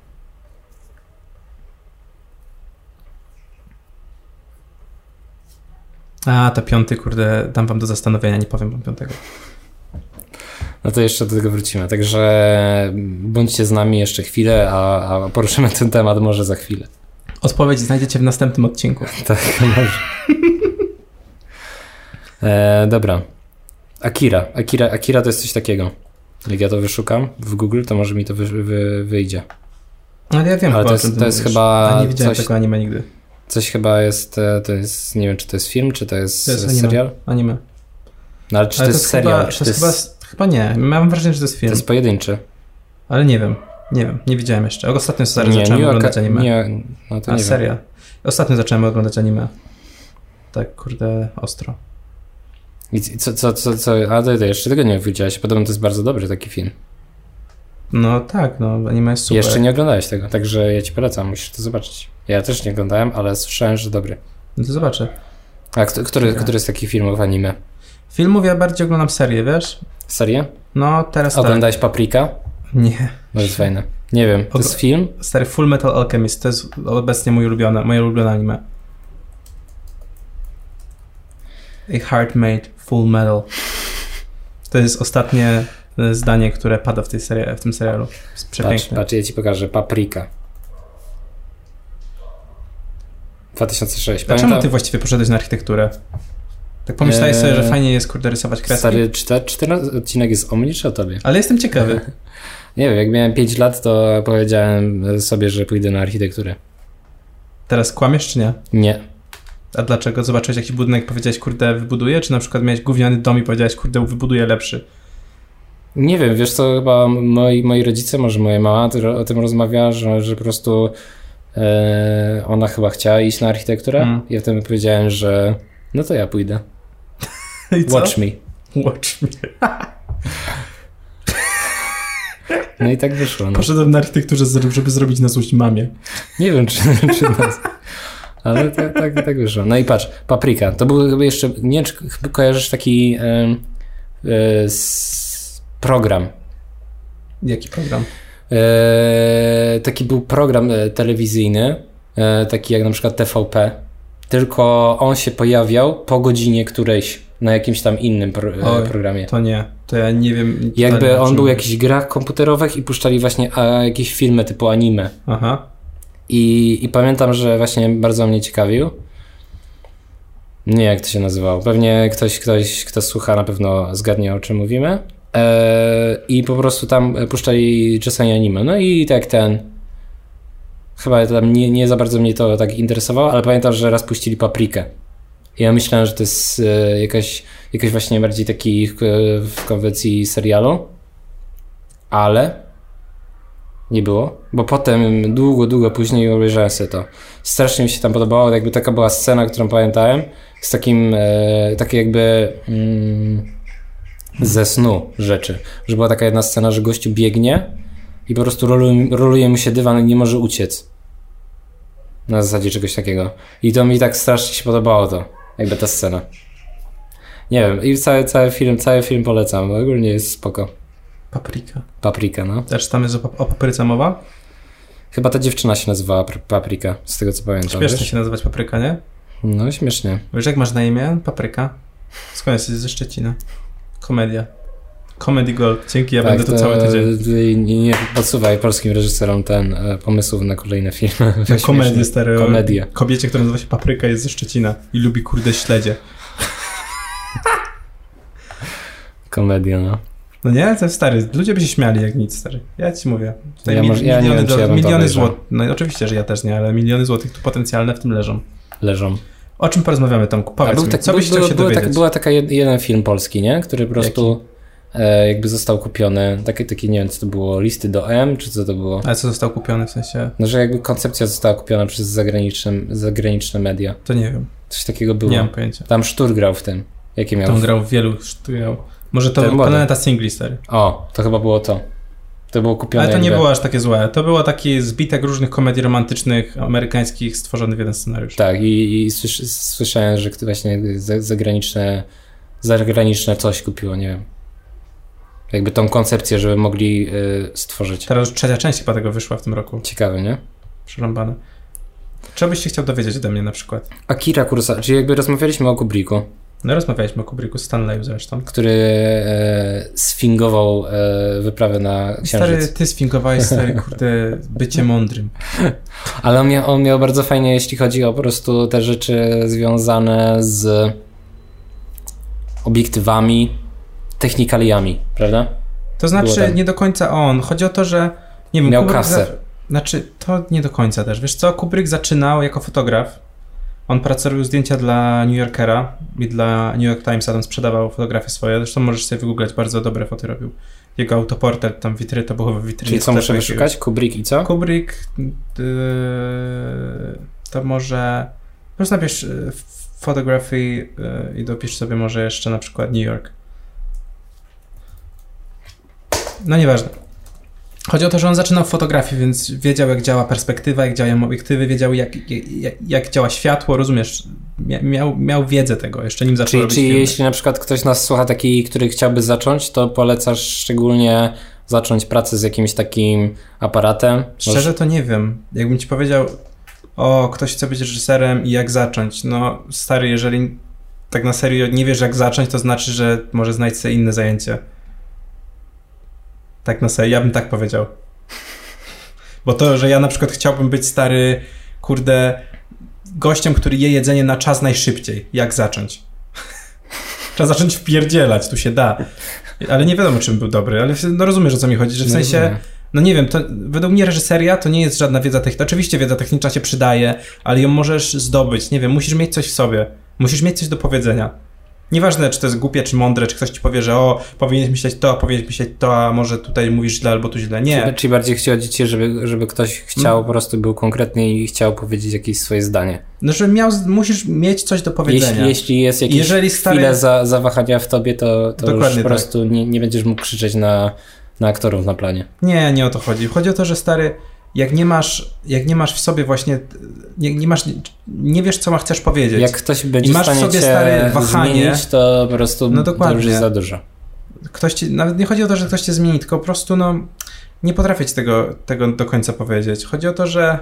[SPEAKER 2] A, to piąty, kurde, dam wam do zastanowienia, nie powiem wam piątego.
[SPEAKER 1] No to jeszcze do tego wrócimy. Także bądźcie z nami jeszcze chwilę, a poruszymy ten temat może za chwilę.
[SPEAKER 2] Odpowiedź znajdziecie w następnym odcinku.
[SPEAKER 1] Tak, może. Dobra. Akira to jest coś takiego. Jak ja to wyszukam w Google, to może mi to wyjdzie.
[SPEAKER 2] Ale ja wiem,
[SPEAKER 1] ale
[SPEAKER 2] chyba,
[SPEAKER 1] to jest chyba.
[SPEAKER 2] Ja nie widziałem tego anime nigdy.
[SPEAKER 1] Coś chyba jest, to jest, nie wiem, czy to jest film, czy to jest
[SPEAKER 2] anime.
[SPEAKER 1] serial?
[SPEAKER 2] Anime.
[SPEAKER 1] No ale czy to jest serial?
[SPEAKER 2] Chyba, to jest chyba nie. Mam wrażenie, że to jest film.
[SPEAKER 1] To jest pojedynczy.
[SPEAKER 2] Ale nie wiem. Nie widziałem jeszcze. Ostatnio zacząłem oglądać anime.
[SPEAKER 1] No to nie
[SPEAKER 2] serial. Ostatnio zacząłem oglądać anime. Tak, kurde, ostro.
[SPEAKER 1] I co? A to jeszcze tego nie widziałeś. Podobno to jest bardzo dobry taki film.
[SPEAKER 2] No tak, no anime jest super.
[SPEAKER 1] Jeszcze nie oglądałeś tego, także ja ci polecam, musisz to zobaczyć. Ja też nie oglądałem, ale słyszałem, że dobry.
[SPEAKER 2] No to zobaczę.
[SPEAKER 1] A który z takich filmów anime?
[SPEAKER 2] Filmów ja bardziej oglądam serię, wiesz?
[SPEAKER 1] Serię?
[SPEAKER 2] No teraz
[SPEAKER 1] Oglądałeś Paprika?
[SPEAKER 2] Nie.
[SPEAKER 1] To jest fajne. Nie wiem, to jest film?
[SPEAKER 2] Stary, Full Metal Alchemist, to jest obecnie moje ulubione anime. A Heart Made Full Metal. To jest ostatnie zdanie, które pada w tym serialu. Jest przepiękne.
[SPEAKER 1] Patrz, ja ci pokażę. Paprika. 2006.
[SPEAKER 2] Dlaczego ty właściwie poszedłeś na architekturę? Tak pomyślałeś sobie, że fajnie jest, kurde, rysować kreski?
[SPEAKER 1] Stary, czy ten odcinek jest o mnie, czy o tobie?
[SPEAKER 2] Ale jestem ciekawy.
[SPEAKER 1] Nie wiem, jak miałem 5 lat, to powiedziałem sobie, że pójdę na architekturę.
[SPEAKER 2] Teraz kłamiesz, czy nie?
[SPEAKER 1] Nie.
[SPEAKER 2] A dlaczego? Zobaczyłeś jakiś budynek, powiedziałeś, kurde, wybuduję? Czy na przykład miałeś gówniany dom i powiedziałeś, kurde, wybuduję lepszy? Nie
[SPEAKER 1] wiem, wiesz co, chyba moi rodzice, może moja mama o tym rozmawiała, że po prostu ona chyba chciała iść na architekturę. I ja wtedy powiedziałem, że no to ja pójdę.
[SPEAKER 2] I co?
[SPEAKER 1] Watch me.
[SPEAKER 2] Watch me.
[SPEAKER 1] No i tak wyszło. No.
[SPEAKER 2] Poszedłem na architekturze, żeby zrobić na złość mamie.
[SPEAKER 1] Nie wiem, czy nas... Ale tak wyszło. No i patrz, Paprika. To był chyba jeszcze... Nie wiem, czy kojarzysz taki program.
[SPEAKER 2] Jaki program?
[SPEAKER 1] Taki był program telewizyjny, taki jak na przykład TVP, tylko on się pojawiał po godzinie którejś na jakimś tam innym programie.
[SPEAKER 2] To ja nie wiem.
[SPEAKER 1] Jakby on był w jakichś grach komputerowych i puszczali właśnie jakieś filmy typu anime.
[SPEAKER 2] Aha.
[SPEAKER 1] I pamiętam, że właśnie bardzo mnie ciekawił. Nie jak to się nazywało. Pewnie ktoś, kto słucha, na pewno zgadnie, o czym mówimy. I po prostu tam puszczali czasami anime. No i tak chyba tam nie za bardzo mnie to tak interesowało, ale pamiętam, że raz puścili Paprikę. I ja myślałem, że to jest jakaś właśnie bardziej taki w konwencji serialu, ale nie było, bo potem długo później obejrzałem sobie to. Strasznie mi się tam podobało, jakby taka była scena, którą pamiętałem, z takiej jakby ze snu rzeczy, że była taka jedna scena, że gościu biegnie i po prostu roluje mu się dywan i nie może uciec. Na zasadzie czegoś takiego. I to mi tak strasznie się podobało to, jakby ta scena. Nie wiem, i cały film polecam, ogólnie jest spoko. Paprika, no.
[SPEAKER 2] Też tam jest o papryce mowa?
[SPEAKER 1] Chyba ta dziewczyna się nazywała Paprika, z tego co pamiętam.
[SPEAKER 2] Śmiesznie się nazywać Papryka, nie?
[SPEAKER 1] No, śmiesznie.
[SPEAKER 2] Wiesz, jak masz na imię? Papryka. Skąd jesteś? Ze Szczecina. Komedia. Comedy Gold. Dzięki, ja będę tu cały tydzień.
[SPEAKER 1] Nie podsuwaj polskim reżyserom pomysłów na kolejne filmy.
[SPEAKER 2] Na komedię, stary.
[SPEAKER 1] Komedię.
[SPEAKER 2] Kobiecie, która nazywa się Papryka, jest ze Szczecina i lubi, kurde, śledzie.
[SPEAKER 1] Komedia, no.
[SPEAKER 2] No nie? To jest stary. Ludzie by się śmiali jak nic, stary. Ja ci mówię.
[SPEAKER 1] Miliony
[SPEAKER 2] złotych. No oczywiście, że ja też nie, ale miliony złotych tu potencjalne w tym leżą. O czym porozmawiamy, Tomku? Powiedz mi, co byś chciał się dowiedzieć?
[SPEAKER 1] Była taka jeden film polski, nie? Który po prostu jakby został kupiony. Taki, nie wiem, co to było, listy do M, czy co to było?
[SPEAKER 2] Ale co został kupiony w sensie?
[SPEAKER 1] No, że jakby koncepcja została kupiona przez zagraniczne media.
[SPEAKER 2] To nie wiem.
[SPEAKER 1] Coś takiego było.
[SPEAKER 2] Nie mam pojęcia.
[SPEAKER 1] Tam Sztur grał w tym. Jakie miał?
[SPEAKER 2] Tam grał w wielu. Może to był Planeta Singli, stary.
[SPEAKER 1] O, to chyba było to. To było kupione.
[SPEAKER 2] Ale to nie było aż takie złe. To było taki zbitek różnych komedii romantycznych amerykańskich stworzony w jeden scenariusz.
[SPEAKER 1] Tak, i słyszałem, że właśnie zagraniczne coś kupiło, nie wiem. Jakby tą koncepcję, żeby mogli stworzyć.
[SPEAKER 2] Teraz już 3. część chyba tego wyszła w tym roku.
[SPEAKER 1] Ciekawe, nie?
[SPEAKER 2] Przerąbane. Czego byś się chciał dowiedzieć ode mnie na przykład?
[SPEAKER 1] Akira Kurosawa, czyli jakby rozmawialiśmy o Kubricku.
[SPEAKER 2] No rozmawialiśmy o Kubricku, Stanleyu zresztą.
[SPEAKER 1] Który sfingował wyprawę na Księżyc.
[SPEAKER 2] Stary, ty sfingowałeś, kurde, bycie mądrym.
[SPEAKER 1] Ale on miał bardzo fajnie, jeśli chodzi o po prostu te rzeczy związane z obiektywami, technikaliami, prawda?
[SPEAKER 2] To znaczy nie do końca on. Chodzi o to, że nie wiem,
[SPEAKER 1] miał kasę.
[SPEAKER 2] Znaczy, to nie do końca też. Wiesz co, Kubrick zaczynał jako fotograf. On robił zdjęcia dla New Yorkera i dla New York Timesa, tam sprzedawał fotografie swoje. Zresztą możesz sobie wygooglać, bardzo dobre foty robił. Jego autoportret, tam witry, to było w witrynie.
[SPEAKER 1] Czyli co muszę wyszukać? Kubrick i co?
[SPEAKER 2] Kubrick to może... Po prostu napisz photography i dopisz sobie może jeszcze na przykład New York. No nieważne. Chodzi o to, że on zaczynał w fotografii, więc wiedział, jak działa perspektywa, jak działają obiektywy, wiedział, jak działa światło, rozumiesz? Miał wiedzę tego, jeszcze nim zaczął robić filmy.
[SPEAKER 1] Jeśli na przykład ktoś nas słucha taki, który chciałby zacząć, to polecasz szczególnie zacząć pracę z jakimś takim aparatem?
[SPEAKER 2] Szczerze to nie wiem. Jakbym ci powiedział, ktoś chce być reżyserem i jak zacząć. No stary, jeżeli tak na serio nie wiesz, jak zacząć, to znaczy, że może znajdź sobie inne zajęcie. Tak na serio, ja bym tak powiedział. Bo to, że ja na przykład chciałbym być stary, kurde, gościem, który je jedzenie na czas najszybciej. Jak zacząć? Trzeba zacząć wpierdzielać, tu się da. Ale nie wiadomo, czym był dobry, ale no rozumiesz, o co mi chodzi, że w sensie, no nie wiem, to według mnie reżyseria to nie jest żadna wiedza techniczna. Oczywiście wiedza techniczna się przydaje, ale ją możesz zdobyć, nie wiem, musisz mieć coś w sobie. Musisz mieć coś do powiedzenia. Nieważne, czy to jest głupie, czy mądre, czy ktoś ci powie, że powinieneś myśleć to, a może tutaj mówisz źle, albo tu źle. Nie.
[SPEAKER 1] Czyli bardziej chodzi ci, żeby ktoś chciał, po prostu był konkretny i chciał powiedzieć jakieś swoje zdanie.
[SPEAKER 2] No, że musisz mieć coś do powiedzenia.
[SPEAKER 1] Jeśli jest jakieś chwile zawahania w tobie, to już po prostu nie będziesz mógł krzyczeć na aktorów na planie.
[SPEAKER 2] Nie o to chodzi. Chodzi o to, że stary, jak nie masz w sobie właśnie, nie wiesz, co chcesz powiedzieć.
[SPEAKER 1] Jak ktoś będzie w stanie cię zmienić, to po prostu to już jest za dużo.
[SPEAKER 2] Nawet nie chodzi o to, że ktoś cię zmieni, tylko po prostu nie potrafię ci tego do końca powiedzieć. Chodzi o to, że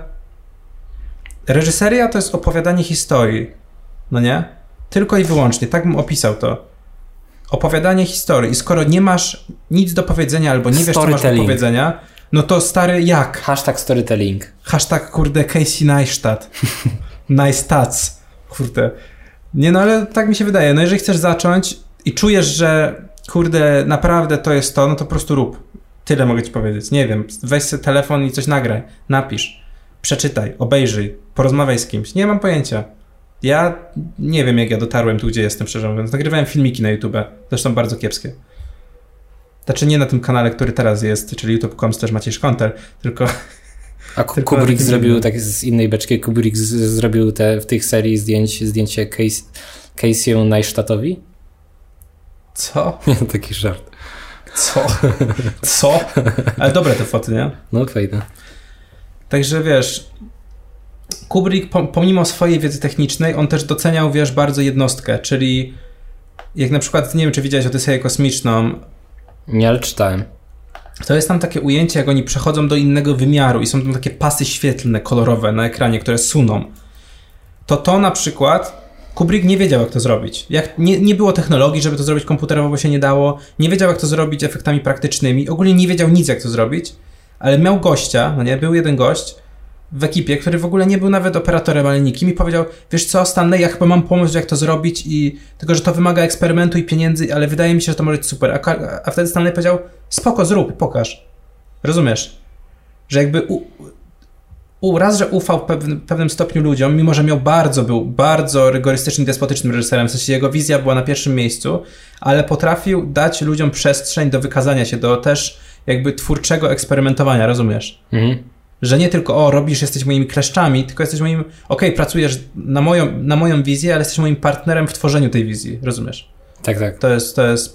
[SPEAKER 2] reżyseria to jest opowiadanie historii, no nie? Tylko i wyłącznie, tak bym opisał to. Opowiadanie historii i skoro nie masz nic do powiedzenia albo nie wiesz, co masz do powiedzenia, no to stary, jak?
[SPEAKER 1] #storytelling.
[SPEAKER 2] Kurde, Casey Neistat. Neistats. Kurde. Nie no, ale tak mi się wydaje. No jeżeli chcesz zacząć i czujesz, że kurde, naprawdę to jest to, no to po prostu rób. Tyle mogę ci powiedzieć. Nie wiem, weź sobie telefon i coś nagraj. Napisz. Przeczytaj. Obejrzyj. Porozmawiaj z kimś. Nie mam pojęcia. Ja nie wiem, jak ja dotarłem tu, gdzie jestem, szczerze mówiąc. Nagrywałem filmiki na YouTube. Zresztą bardzo kiepskie. Znaczy nie na tym kanale, który teraz jest, czyli youtube.com/MaciejSzkonter, tylko...
[SPEAKER 1] A Kubrick zrobił, tak z innej beczki, Kubrick zrobił w tych serii zdjęcie Casey'u Neistatowi?
[SPEAKER 2] Co?
[SPEAKER 1] Nie, taki żart.
[SPEAKER 2] Co? Ale dobre te foty, nie?
[SPEAKER 1] No fajne.
[SPEAKER 2] Także wiesz, Kubrick pomimo swojej wiedzy technicznej, on też doceniał, wiesz, bardzo jednostkę, czyli jak na przykład, nie wiem, czy widziałeś Odyseję kosmiczną.
[SPEAKER 1] Nie, ale czytałem.
[SPEAKER 2] To jest tam takie ujęcie, jak oni przechodzą do innego wymiaru i są tam takie pasy świetlne, kolorowe na ekranie, które suną. To na przykład Kubrick nie wiedział, jak to zrobić. Nie było technologii, żeby to zrobić komputerowo, bo się nie dało. Nie wiedział, jak to zrobić efektami praktycznymi. Ogólnie nie wiedział nic, jak to zrobić, ale miał gościa, no nie, był jeden gość w ekipie, który w ogóle nie był nawet operatorem, ale nikim i powiedział, wiesz co, Stanley, ja chyba mam pomysł, jak to zrobić i tylko, że to wymaga eksperymentu i pieniędzy, ale wydaje mi się, że to może być super. A wtedy Stanley powiedział, spoko, zrób, pokaż. Rozumiesz? Że jakby raz, że ufał w pewnym stopniu ludziom, mimo że był bardzo rygorystycznym, despotycznym reżyserem, w sensie jego wizja była na pierwszym miejscu, ale potrafił dać ludziom przestrzeń do wykazania się, do też jakby twórczego eksperymentowania, rozumiesz? Mhm. Że nie tylko, robisz, jesteś moimi kleszczami, tylko jesteś moim, pracujesz na moją wizję, ale jesteś moim partnerem w tworzeniu tej wizji, rozumiesz?
[SPEAKER 1] Tak, tak.
[SPEAKER 2] To jest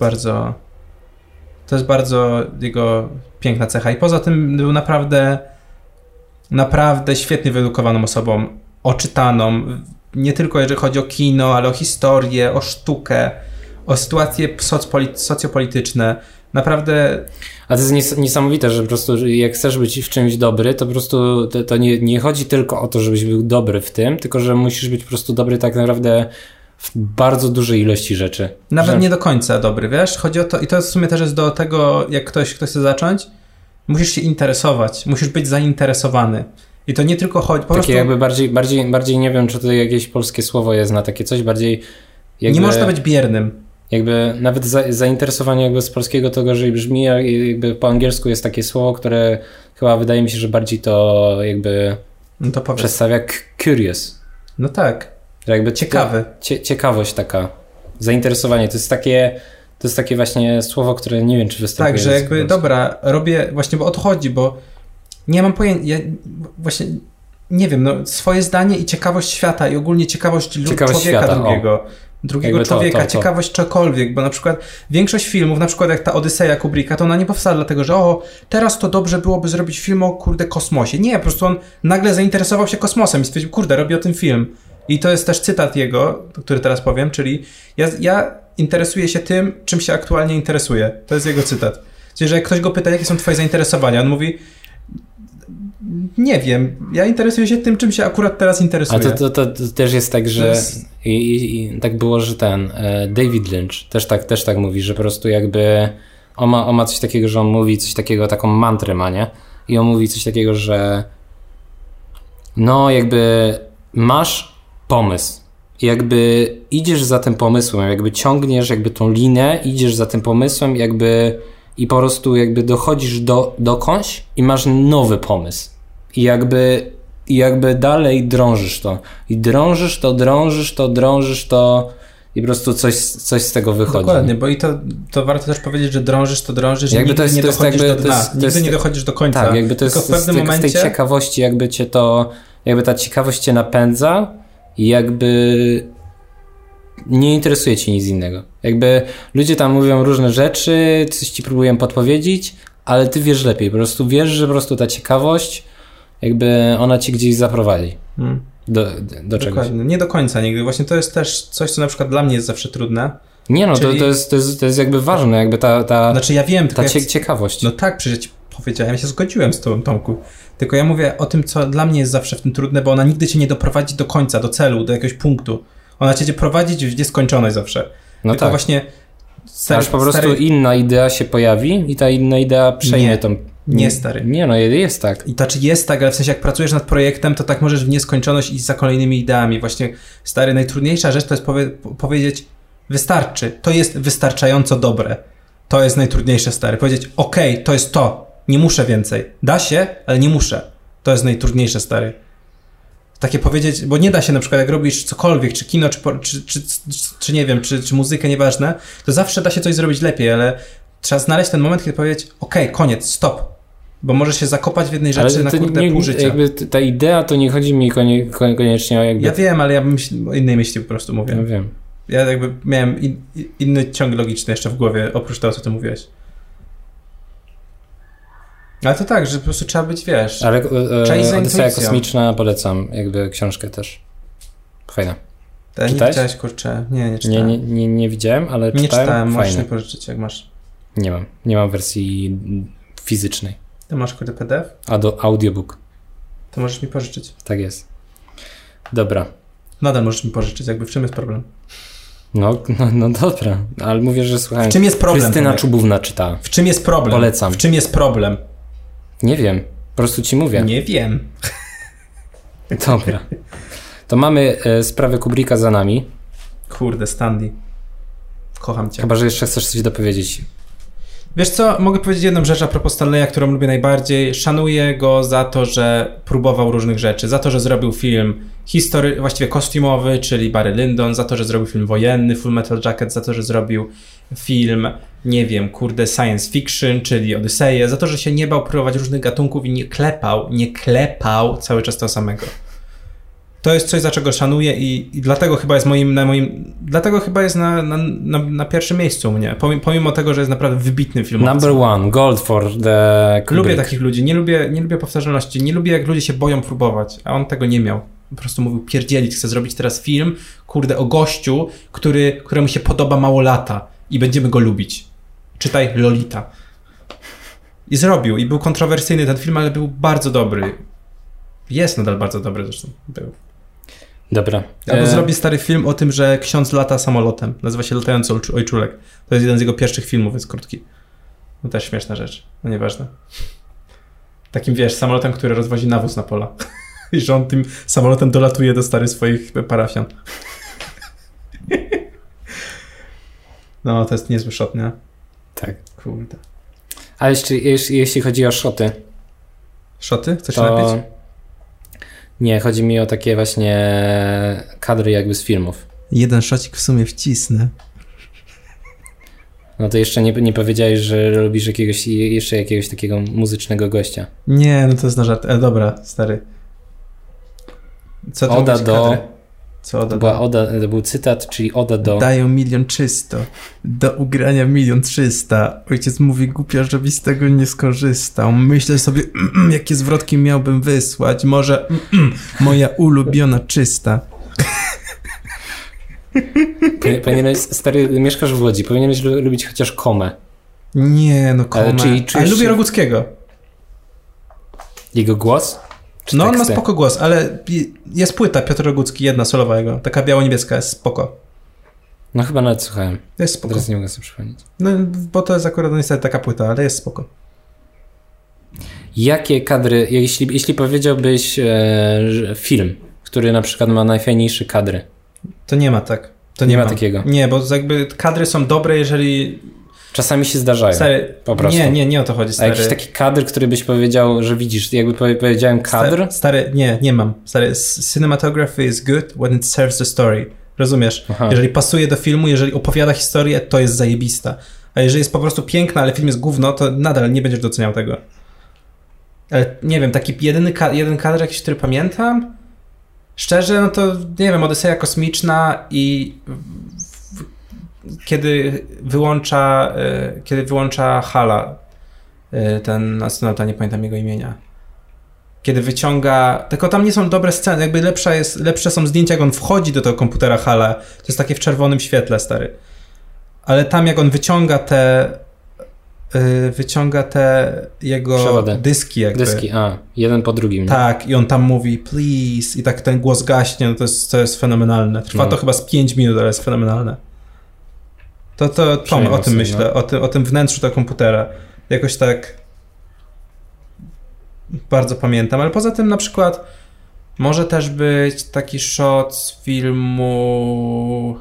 [SPEAKER 2] bardzo jego piękna cecha i poza tym był naprawdę świetnie wyedukowaną osobą, oczytaną, nie tylko jeżeli chodzi o kino, ale o historię, o sztukę, o sytuacje socjopolityczne. Naprawdę...
[SPEAKER 1] A to jest niesamowite, że po prostu jak chcesz być w czymś dobry, to po prostu to nie chodzi tylko o to, żebyś był dobry w tym, tylko że musisz być po prostu dobry tak naprawdę w bardzo dużej ilości rzeczy.
[SPEAKER 2] Nawet nie do końca dobry, wiesz? Chodzi o to, i to w sumie też jest do tego, jak ktoś chce zacząć, musisz się interesować, musisz być zainteresowany. I to nie tylko chodzi... Po
[SPEAKER 1] takie
[SPEAKER 2] prostu...
[SPEAKER 1] jakby bardziej nie wiem, czy to jakieś polskie słowo jest na takie coś, bardziej...
[SPEAKER 2] Jakby, nie można być biernym.
[SPEAKER 1] Jakby nawet zainteresowanie jakby z polskiego to gorzej brzmi, a jakby po angielsku jest takie słowo, które chyba wydaje mi się, że bardziej to jakby przedstawia curious.
[SPEAKER 2] No tak.
[SPEAKER 1] Jakby
[SPEAKER 2] ciekawy.
[SPEAKER 1] Ciekawość taka, zainteresowanie. To jest takie właśnie słowo, które nie wiem, czy występuje.
[SPEAKER 2] Tak, że jakby dobra, robię właśnie, bo o to chodzi, bo nie mam pojęcia, ja właśnie nie wiem, no swoje zdanie i ciekawość świata i ogólnie ciekawość człowieka świata, drugiego człowieka, ciekawość czegokolwiek, bo na przykład większość filmów, na przykład jak ta Odyseja Kubricka, to ona nie powstała dlatego, że teraz to dobrze byłoby zrobić film o kosmosie. Nie, po prostu on nagle zainteresował się kosmosem i stwierdził, robię o tym film. I to jest też cytat jego, który teraz powiem, czyli ja interesuję się tym, czym się aktualnie interesuję. To jest jego cytat. Czyli, że jak ktoś go pyta, jakie są twoje zainteresowania, on mówi, nie wiem, ja interesuję się tym, czym się akurat teraz interesuję.
[SPEAKER 1] A to też jest tak, że i tak było, że David Lynch też tak mówi, że po prostu jakby on ma coś takiego, że on mówi coś takiego, taką mantrę ma, nie? I on mówi coś takiego, że no jakby masz pomysł. Jakby idziesz za tym pomysłem, jakby ciągniesz jakby tą linę, idziesz za tym pomysłem jakby i po prostu jakby dochodzisz dokądś i masz nowy pomysł. I jakby dalej drążysz to. I drążysz to i po prostu coś z tego wychodzi.
[SPEAKER 2] Dokładnie, bo i to warto też powiedzieć, że drążysz i nigdy nie dochodzisz do dna. Nigdy nie dochodzisz do końca.
[SPEAKER 1] Tak, jakby to jest z tej ciekawości jakby cię to, jakby ta ciekawość cię napędza i jakby nie interesuje cię nic innego. Jakby ludzie tam mówią różne rzeczy, coś ci próbują podpowiedzieć, ale ty wiesz lepiej. Po prostu wiesz, że po prostu ta ciekawość jakby ona ci gdzieś zaprowadzi. Do czegoś.
[SPEAKER 2] Nie do końca nigdy. Właśnie to jest też coś, co na przykład dla mnie jest zawsze trudne.
[SPEAKER 1] Nie no, czyli... to jest jakby ważne, jakby ta
[SPEAKER 2] znaczy ja wiem,
[SPEAKER 1] ta ciekawość.
[SPEAKER 2] No tak, przecież ja ci powiedziałem, ja się zgodziłem z tobą, Tomku. Tylko ja mówię o tym, co dla mnie jest zawsze w tym trudne, bo ona nigdy cię nie doprowadzi do końca, do celu, do jakiegoś punktu. Ona cię będzie prowadzić w nieskończoność zawsze.
[SPEAKER 1] No
[SPEAKER 2] tylko
[SPEAKER 1] tak.
[SPEAKER 2] Właśnie
[SPEAKER 1] aż po prostu inna idea się pojawi i ta inna idea przejmie tą...
[SPEAKER 2] Nie, stary.
[SPEAKER 1] Nie, no jest tak.
[SPEAKER 2] I znaczy jest tak, ale w sensie jak pracujesz nad projektem, to tak możesz w nieskończoność iść za kolejnymi ideami. Właśnie, stary, najtrudniejsza rzecz to jest powiedzieć wystarczy. To jest wystarczająco dobre. To jest najtrudniejsze, stary. Powiedzieć okej, to jest to. Nie muszę więcej. Da się, ale nie muszę. To jest najtrudniejsze, stary. Takie powiedzieć, bo nie da się na przykład jak robisz cokolwiek, czy kino, czy nie wiem, czy muzykę, nieważne, to zawsze da się coś zrobić lepiej, ale trzeba znaleźć ten moment, kiedy powiedzieć okej, koniec, stop. Bo możesz się zakopać w jednej rzeczy na pół życia.
[SPEAKER 1] Jakby ta idea, to nie chodzi mi koniecznie o jakby...
[SPEAKER 2] Ja wiem, ale ja o innej myśli po prostu mówię.
[SPEAKER 1] Ja wiem.
[SPEAKER 2] Ja jakby miałem inny ciąg logiczny jeszcze w głowie, oprócz tego, co ty mówiłeś. Ale to tak, że po prostu trzeba być, wiesz...
[SPEAKER 1] Ale Odyseja Kosmiczna polecam, jakby książkę też. Fajna.
[SPEAKER 2] Nie widziałeś, kurczę? Nie czytałem.
[SPEAKER 1] Nie widziałem, ale czytałem.
[SPEAKER 2] Nie czytałem, możesz mnie pożyczyć, jak masz.
[SPEAKER 1] Nie mam wersji fizycznej.
[SPEAKER 2] Ty masz kurde PDF?
[SPEAKER 1] Audiobook.
[SPEAKER 2] To możesz mi pożyczyć.
[SPEAKER 1] Tak jest. Dobra.
[SPEAKER 2] Nadal możesz mi pożyczyć, jakby w czym jest problem?
[SPEAKER 1] No dobra, ale mówię, że słuchałem.
[SPEAKER 2] W czym jest problem?
[SPEAKER 1] Krystyna Czubówna czyta.
[SPEAKER 2] W czym jest problem?
[SPEAKER 1] Polecam.
[SPEAKER 2] W czym jest problem?
[SPEAKER 1] Nie wiem, po prostu ci mówię.
[SPEAKER 2] Nie wiem.
[SPEAKER 1] Dobra. To mamy sprawę Kubricka za nami.
[SPEAKER 2] Kurde, Stanley. Kocham cię.
[SPEAKER 1] Chyba, że jeszcze chcesz coś dopowiedzieć.
[SPEAKER 2] Wiesz co, mogę powiedzieć jedną rzecz a propos Stanleya, którą lubię najbardziej. Szanuję go za to, że próbował różnych rzeczy, za to, że zrobił film właściwie kostiumowy, czyli Barry Lyndon, za to, że zrobił film wojenny, Full Metal Jacket, za to, że zrobił film, nie wiem, science fiction, czyli Odyseję, za to, że się nie bał próbować różnych gatunków i nie klepał cały czas to samego. To jest coś, za czego szanuję i dlatego chyba jest dlatego chyba jest na pierwszym miejscu u mnie. Pomimo tego, że jest naprawdę wybitnym filmowcem.
[SPEAKER 1] Number one, gold for the Kubrick.
[SPEAKER 2] Lubię takich ludzi, nie lubię powtarzalności, nie lubię jak ludzie się boją próbować, a on tego nie miał. Po prostu mówił pierdzielić, chcę zrobić teraz film, o gościu, któremu się podoba mało lata i będziemy go lubić. Czytaj Lolita. I zrobił. I był kontrowersyjny ten film, ale był bardzo dobry. Jest nadal bardzo dobry zresztą. Był.
[SPEAKER 1] Dobra.
[SPEAKER 2] Albo zrobi stary film o tym, że ksiądz lata samolotem. Nazywa się Latający Ojczulek. To jest jeden z jego pierwszych filmów, jest krótki. No też śmieszna rzecz. No nieważne. Takim, wiesz, samolotem, który rozwozi nawóz na pola. I że on tym samolotem dolatuje do starych swoich parafian. No, to jest niezły shot, nie?
[SPEAKER 1] Tak.
[SPEAKER 2] Kurde.
[SPEAKER 1] A jeszcze jeśli chodzi o shoty.
[SPEAKER 2] Shoty? Chcesz napić?
[SPEAKER 1] Nie, chodzi mi o takie właśnie kadry jakby z filmów.
[SPEAKER 2] Jeden szocik w sumie wcisnę.
[SPEAKER 1] No to jeszcze nie powiedziałeś, że lubisz jeszcze jakiegoś takiego muzycznego gościa.
[SPEAKER 2] Nie, no to jest na żart. Dobra, stary. Co to
[SPEAKER 1] Oda do...
[SPEAKER 2] kadry? Co Oda do?
[SPEAKER 1] To był cytat, czyli Oda do...
[SPEAKER 2] Dają 1 300 000. Do ugrania 1 300 000. Ojciec mówi głupia, żebyś z tego nie skorzystał. Myślę sobie, jakie zwrotki miałbym wysłać. Może moja ulubiona czysta.
[SPEAKER 1] Powinieneś, stary, mieszkasz w Łodzi, powinieneś lubić chociaż Komę.
[SPEAKER 2] Nie, no Komę. Ale lubię Roguckiego.
[SPEAKER 1] Jego głos? Czy
[SPEAKER 2] no
[SPEAKER 1] teksty?
[SPEAKER 2] On ma spoko głos, ale jest płyta Piotr Rogucki, jedna solowa jego. Taka biało-niebieska, jest spoko.
[SPEAKER 1] No chyba nawet słuchałem.
[SPEAKER 2] Jest spoko.
[SPEAKER 1] Teraz nie mogę sobie przypomnieć.
[SPEAKER 2] No bo to jest akurat niestety taka płyta, ale jest spoko.
[SPEAKER 1] Jakie kadry, jeśli powiedziałbyś film, który na przykład ma najfajniejsze kadry?
[SPEAKER 2] To nie ma tak. To
[SPEAKER 1] nie ma takiego.
[SPEAKER 2] Nie, bo jakby kadry są dobre, jeżeli...
[SPEAKER 1] Czasami się zdarzają.
[SPEAKER 2] Stary,
[SPEAKER 1] po prostu.
[SPEAKER 2] Nie o to chodzi, stary.
[SPEAKER 1] A jakiś taki kadr, który byś powiedział, że widzisz, jakby powiedziałem kadr?
[SPEAKER 2] Stary, nie mam. Stary, cinematography is good when it serves the story. Rozumiesz?
[SPEAKER 1] Aha.
[SPEAKER 2] Jeżeli pasuje do filmu, jeżeli opowiada historię, to jest zajebista. A jeżeli jest po prostu piękna, ale film jest gówno, to nadal nie będziesz doceniał tego. Ale nie wiem, taki jeden kadr jakiś, który pamiętam? Szczerze, no to nie wiem, Odyseja kosmiczna i kiedy wyłącza Hala, ten astronauta, nie pamiętam jego imienia. Kiedy wyciąga... Tylko tam nie są dobre sceny, jakby lepsze są zdjęcia, jak on wchodzi do tego komputera Hala. To jest takie w czerwonym świetle, stary. Ale tam jak on wyciąga te jego
[SPEAKER 1] przewody.
[SPEAKER 2] Dyski jakby.
[SPEAKER 1] Dyski, jeden po drugim.
[SPEAKER 2] Tak, i on tam mówi please i tak ten głos gaśnie, no to jest fenomenalne. Trwa to chyba z 5 minut, ale jest fenomenalne. To o tym myślę, o tym wnętrzu tego komputera. Jakoś tak bardzo pamiętam, ale poza tym na przykład może też być taki shot z filmu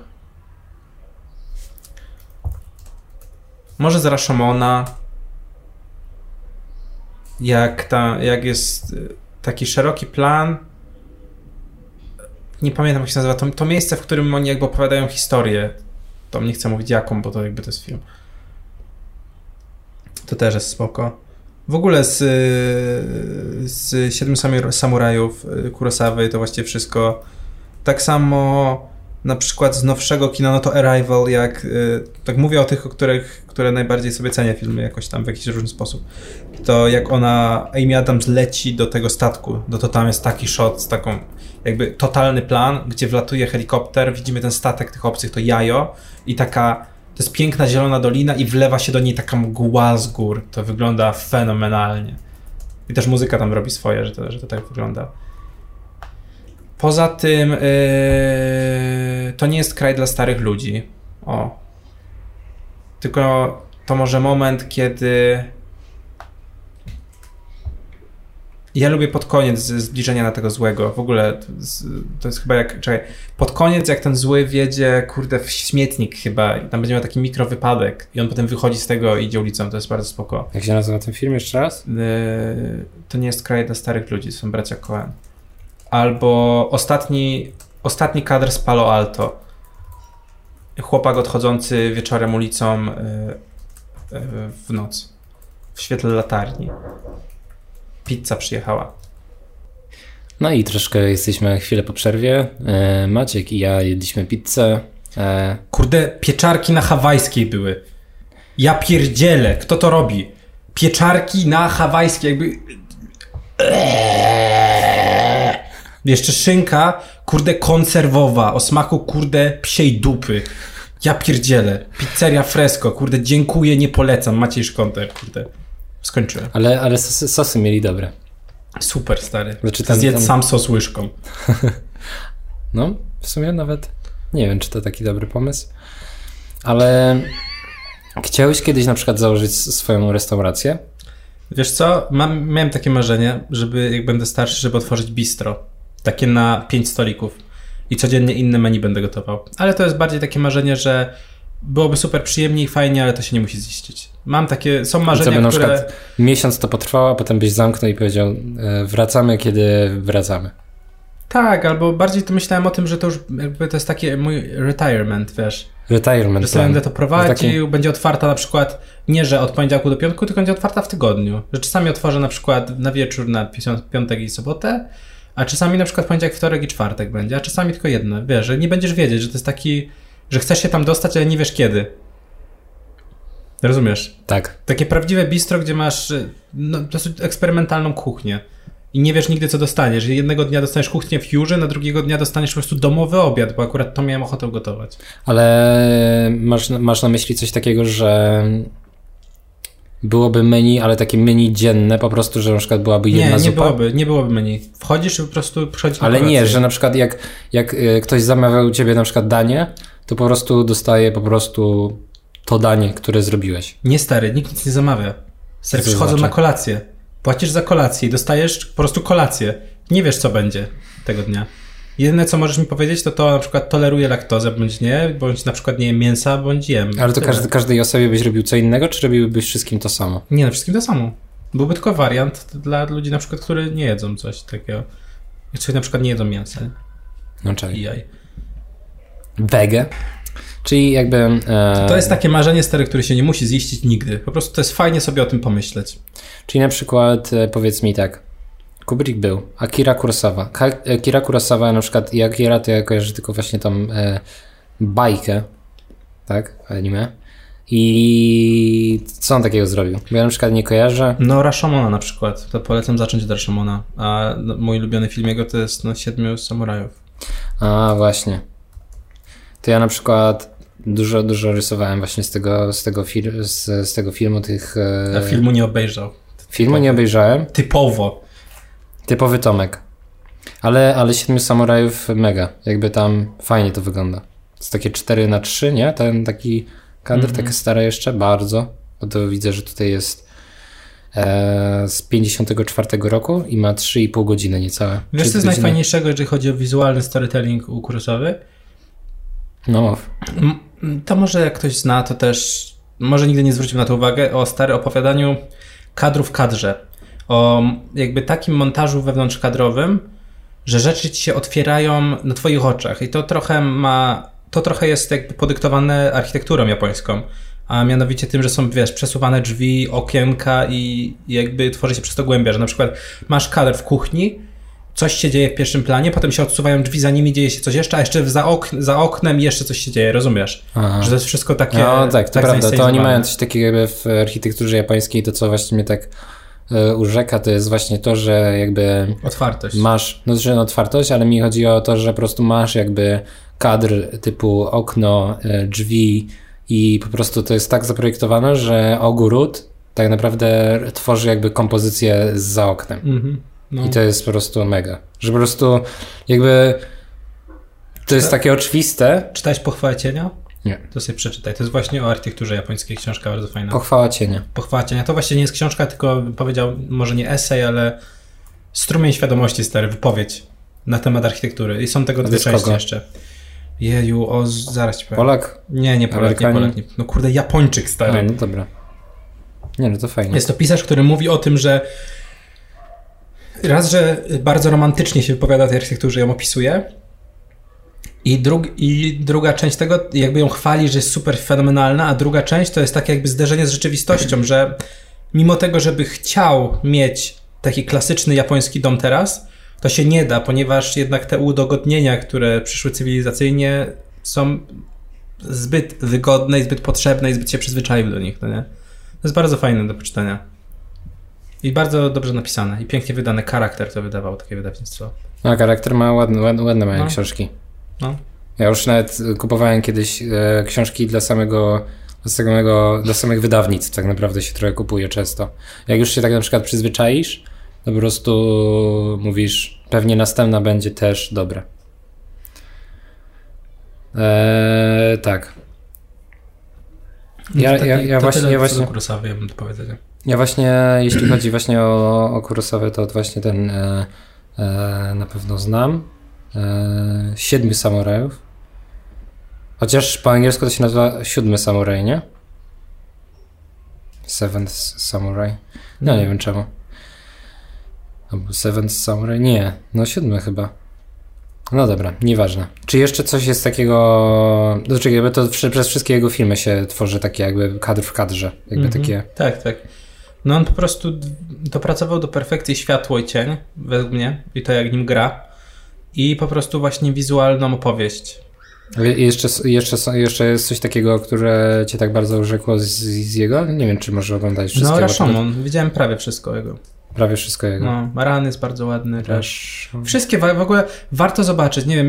[SPEAKER 2] może z Rashomona, jak jest taki szeroki plan, nie pamiętam jak się nazywa, to miejsce, w którym oni jakby opowiadają historię. To nie chcę mówić jaką, bo to jakby to jest film. To też jest spoko. W ogóle z 7 samurajów Kurosawy to właściwie wszystko. Tak samo na przykład z nowszego kina, no to Arrival, tak mówię o tych, które najbardziej sobie cenię filmy jakoś tam w jakiś różny sposób. To jak Amy Adams leci do tego statku, to tam jest taki shot z taką jakby totalny plan, gdzie wlatuje helikopter, widzimy ten statek tych obcych, to jajo i to jest piękna zielona dolina i wlewa się do niej taka mgła z gór. To wygląda fenomenalnie. I też muzyka tam robi swoje, że to tak wygląda. Poza tym to nie jest kraj dla starych ludzi. Tylko to może moment, kiedy ja lubię pod koniec zbliżenia na tego złego. W ogóle to jest chyba pod koniec jak ten zły wjedzie, w śmietnik chyba i tam będzie miał taki mikrowypadek i on potem wychodzi z tego i idzie ulicą. To jest bardzo spoko.
[SPEAKER 1] Jak się nazywa ten film jeszcze raz?
[SPEAKER 2] To nie jest kraj dla starych ludzi, to są bracia Coen. Albo ostatni kadr z Palo Alto. Chłopak odchodzący wieczorem ulicą w noc. W świetle latarni. Pizza przyjechała.
[SPEAKER 1] No i troszkę jesteśmy chwilę po przerwie. Maciek i ja jedliśmy pizzę.
[SPEAKER 2] Pieczarki na hawajskiej były. Ja pierdzielę, kto to robi? Pieczarki na hawajskiej, jakby... Jeszcze szynka, konserwowa, o smaku, psiej dupy. Ja pierdzielę. Pizzeria Fresco, kurde, dziękuję, nie polecam. Maciej Szkonter, kurde. Skończyłem.
[SPEAKER 1] Ale sosy mieli dobre.
[SPEAKER 2] Super, stary.
[SPEAKER 1] Znaczy
[SPEAKER 2] zjedz sam sos łyżką.
[SPEAKER 1] No, w sumie nawet nie wiem, czy to taki dobry pomysł. Ale chciałeś kiedyś na przykład założyć swoją restaurację?
[SPEAKER 2] Wiesz co, miałem takie marzenie, żeby jak będę starszy, żeby otworzyć bistro. Takie na 5 stolików. I codziennie inne menu będę gotował. Ale to jest bardziej takie marzenie, że byłoby super przyjemnie i fajnie, ale to się nie musi ziścić. Mam takie, są marzenia,
[SPEAKER 1] które...
[SPEAKER 2] na
[SPEAKER 1] przykład miesiąc to potrwało, a potem byś zamknął i powiedział, wracamy, kiedy wracamy.
[SPEAKER 2] Tak, albo bardziej to myślałem o tym, że to już jakby to jest taki mój retirement, wiesz.
[SPEAKER 1] Retirement.
[SPEAKER 2] Że sobie będę to prowadził, będzie otwarta na przykład, nie że od poniedziałku do piątku, tylko będzie otwarta w tygodniu. Że czasami otworzę na przykład na wieczór na piątek i sobotę, a czasami na przykład poniedziałek, wtorek i czwartek będzie, a czasami tylko jedno. Wiesz, że nie będziesz wiedzieć, że to jest taki, że chcesz się tam dostać, ale nie wiesz kiedy. Rozumiesz?
[SPEAKER 1] Tak.
[SPEAKER 2] Takie prawdziwe bistro, gdzie masz dosyć eksperymentalną kuchnię. I nie wiesz nigdy, co dostaniesz. Jednego dnia dostaniesz kuchnię w Jurze, na drugiego dnia dostaniesz po prostu domowy obiad, bo akurat to miałem ochotę gotować. Ale
[SPEAKER 1] masz na myśli coś takiego, że byłoby menu, ale takie menu dzienne po prostu, że na przykład byłaby jedna zupa?
[SPEAKER 2] Nie byłoby menu. Wchodzisz i po prostu przychodzisz na
[SPEAKER 1] Ale
[SPEAKER 2] kolację.
[SPEAKER 1] nie, że na przykład jak ktoś zamawiał u ciebie na przykład danie, to po prostu dostaje po prostu to danie, które zrobiłeś.
[SPEAKER 2] Nie, stary, nikt nic nie zamawia. Stary, przychodzą na kolację. Płacisz za kolację i dostajesz po prostu kolację. Nie wiesz, co będzie tego dnia. Jedyne, co możesz mi powiedzieć, to na przykład toleruję laktozę, bądź nie, bądź na przykład nie jem mięsa, bądź jem.
[SPEAKER 1] Ale to każdej osobie byś robił co innego, czy robiłbyś wszystkim to samo?
[SPEAKER 2] Nie, wszystkim to samo. Byłby tylko wariant dla ludzi na przykład, którzy nie jedzą coś takiego. Czy na przykład nie jedzą mięsa.
[SPEAKER 1] No czekaj.
[SPEAKER 2] I jaj.
[SPEAKER 1] Wege? Czyli jakby...
[SPEAKER 2] To jest takie marzenie stare, które się nie musi ziścić nigdy. Po prostu to jest fajnie sobie o tym pomyśleć.
[SPEAKER 1] Czyli na przykład powiedz mi tak, Kubrick był, Akira Kurosawa. Akira Kurosawa na przykład i Akira to ja kojarzę tylko właśnie tą bajkę, tak, anime. I co on takiego zrobił? Bo ja na przykład nie kojarzę.
[SPEAKER 2] No Rashomona na przykład, to polecam zacząć od Rashomona. A mój ulubiony film jego to jest 7 samurajów.
[SPEAKER 1] A właśnie. To ja na przykład dużo rysowałem właśnie z tego filmu tych...
[SPEAKER 2] A filmu nie obejrzał.
[SPEAKER 1] Filmu nie obejrzałem.
[SPEAKER 2] Typowy
[SPEAKER 1] Tomek. Ale 7 samurajów mega. Jakby tam fajnie to wygląda. To jest takie 4:3, nie? Ten taki kadr, takie stare jeszcze, bardzo. Bo to widzę, że tutaj jest z 54 roku i ma 3,5 godziny niecałe.
[SPEAKER 2] Wiesz, co jest najfajniejszego, jeżeli chodzi o wizualny storytelling u Kurosawy?
[SPEAKER 1] No.
[SPEAKER 2] To może jak ktoś zna, to też może nigdy nie zwrócił na to uwagę, o stare opowiadaniu kadru w kadrze. O jakby takim montażu wewnątrzkadrowym, że rzeczy ci się otwierają na twoich oczach i to trochę jest jakby podyktowane architekturą japońską, a mianowicie tym, że są, wiesz, przesuwane drzwi, okienka i jakby tworzy się przez to głębia, że na przykład masz kadr w kuchni, coś się dzieje w pierwszym planie, potem się odsuwają drzwi, za nimi dzieje się coś jeszcze, a jeszcze za oknem jeszcze coś się dzieje, rozumiesz? Aha. Że to jest wszystko takie...
[SPEAKER 1] No tak, to prawda, to oni mają coś takiego jakby w architekturze japońskiej, to co właśnie mnie tak urzeka, to jest właśnie to, że jakby...
[SPEAKER 2] Otwartość.
[SPEAKER 1] Masz, no że otwartość, ale mi chodzi o to, że po prostu masz jakby kadr typu okno, drzwi i po prostu to jest tak zaprojektowane, że ogród tak naprawdę tworzy jakby kompozycję za oknem. No. I to jest po prostu mega. Że po prostu jakby to jest takie oczywiste.
[SPEAKER 2] Czytałeś Pochwałę cienia?
[SPEAKER 1] Nie.
[SPEAKER 2] To sobie przeczytaj. To jest właśnie o architekturze japońskiej, książka bardzo fajna.
[SPEAKER 1] Pochwała cienia.
[SPEAKER 2] Pochwała cienia. To właśnie nie jest książka, tylko powiedział, może nie esej, ale strumień świadomości, stary, wypowiedź na temat architektury. I są tego 2 części jeszcze. Jeju, zaraz ci powiem.
[SPEAKER 1] Polak?
[SPEAKER 2] Nie Polak. Nie. No kurde, Japończyk, stary.
[SPEAKER 1] A, no dobra. Nie, no to fajnie.
[SPEAKER 2] Jest to pisarz, który mówi o tym, że raz, że bardzo romantycznie się wypowiada o tej architekturze, ją opisuje i druga część tego jakby ją chwali, że jest super fenomenalna, a druga część to jest takie jakby zderzenie z rzeczywistością, że mimo tego, żeby chciał mieć taki klasyczny japoński dom teraz, to się nie da, ponieważ jednak te udogodnienia, które przyszły cywilizacyjnie, są zbyt wygodne i zbyt potrzebne i zbyt się przyzwyczaił do nich, no nie? To jest bardzo fajne do poczytania. I bardzo dobrze napisane. I pięknie wydane. Charakter to wydawał, takie wydawnictwo.
[SPEAKER 1] A Charakter ma ładne mają książki.
[SPEAKER 2] No.
[SPEAKER 1] Ja już nawet kupowałem kiedyś książki dla samych wydawnictw, tak naprawdę się trochę kupuje często. Jak już się tak na przykład przyzwyczaisz, to po prostu mówisz, pewnie następna będzie też dobra. Tak. Ja właśnie
[SPEAKER 2] Kurosawy, ja bym to powiedział.
[SPEAKER 1] Ja właśnie, jeśli chodzi właśnie o Kurosawę, to właśnie ten na pewno znam. 7 samurajów. Chociaż po angielsku to się nazywa 7 samuraj, nie? Seventh Samurai. No nie wiem czemu. Albo Seventh Samurai? Nie, no 7 chyba. No dobra, nieważne. Czy jeszcze coś jest takiego... Bo to przez wszystkie jego filmy się tworzy takie jakby kadr w kadrze. Jakby takie...
[SPEAKER 2] Tak. No on po prostu dopracował do perfekcji światło i cień, według mnie, i to jak nim gra. I po prostu właśnie wizualną opowieść.
[SPEAKER 1] Ale jeszcze jest coś takiego, które cię tak bardzo urzekło z jego? Nie wiem, czy może oglądać wszystkiego.
[SPEAKER 2] No Rashomon, widziałem prawie wszystko jego.
[SPEAKER 1] Prawie wszystko jego.
[SPEAKER 2] No, Maran jest bardzo ładny też. Wszystkie w ogóle warto zobaczyć. Nie wiem,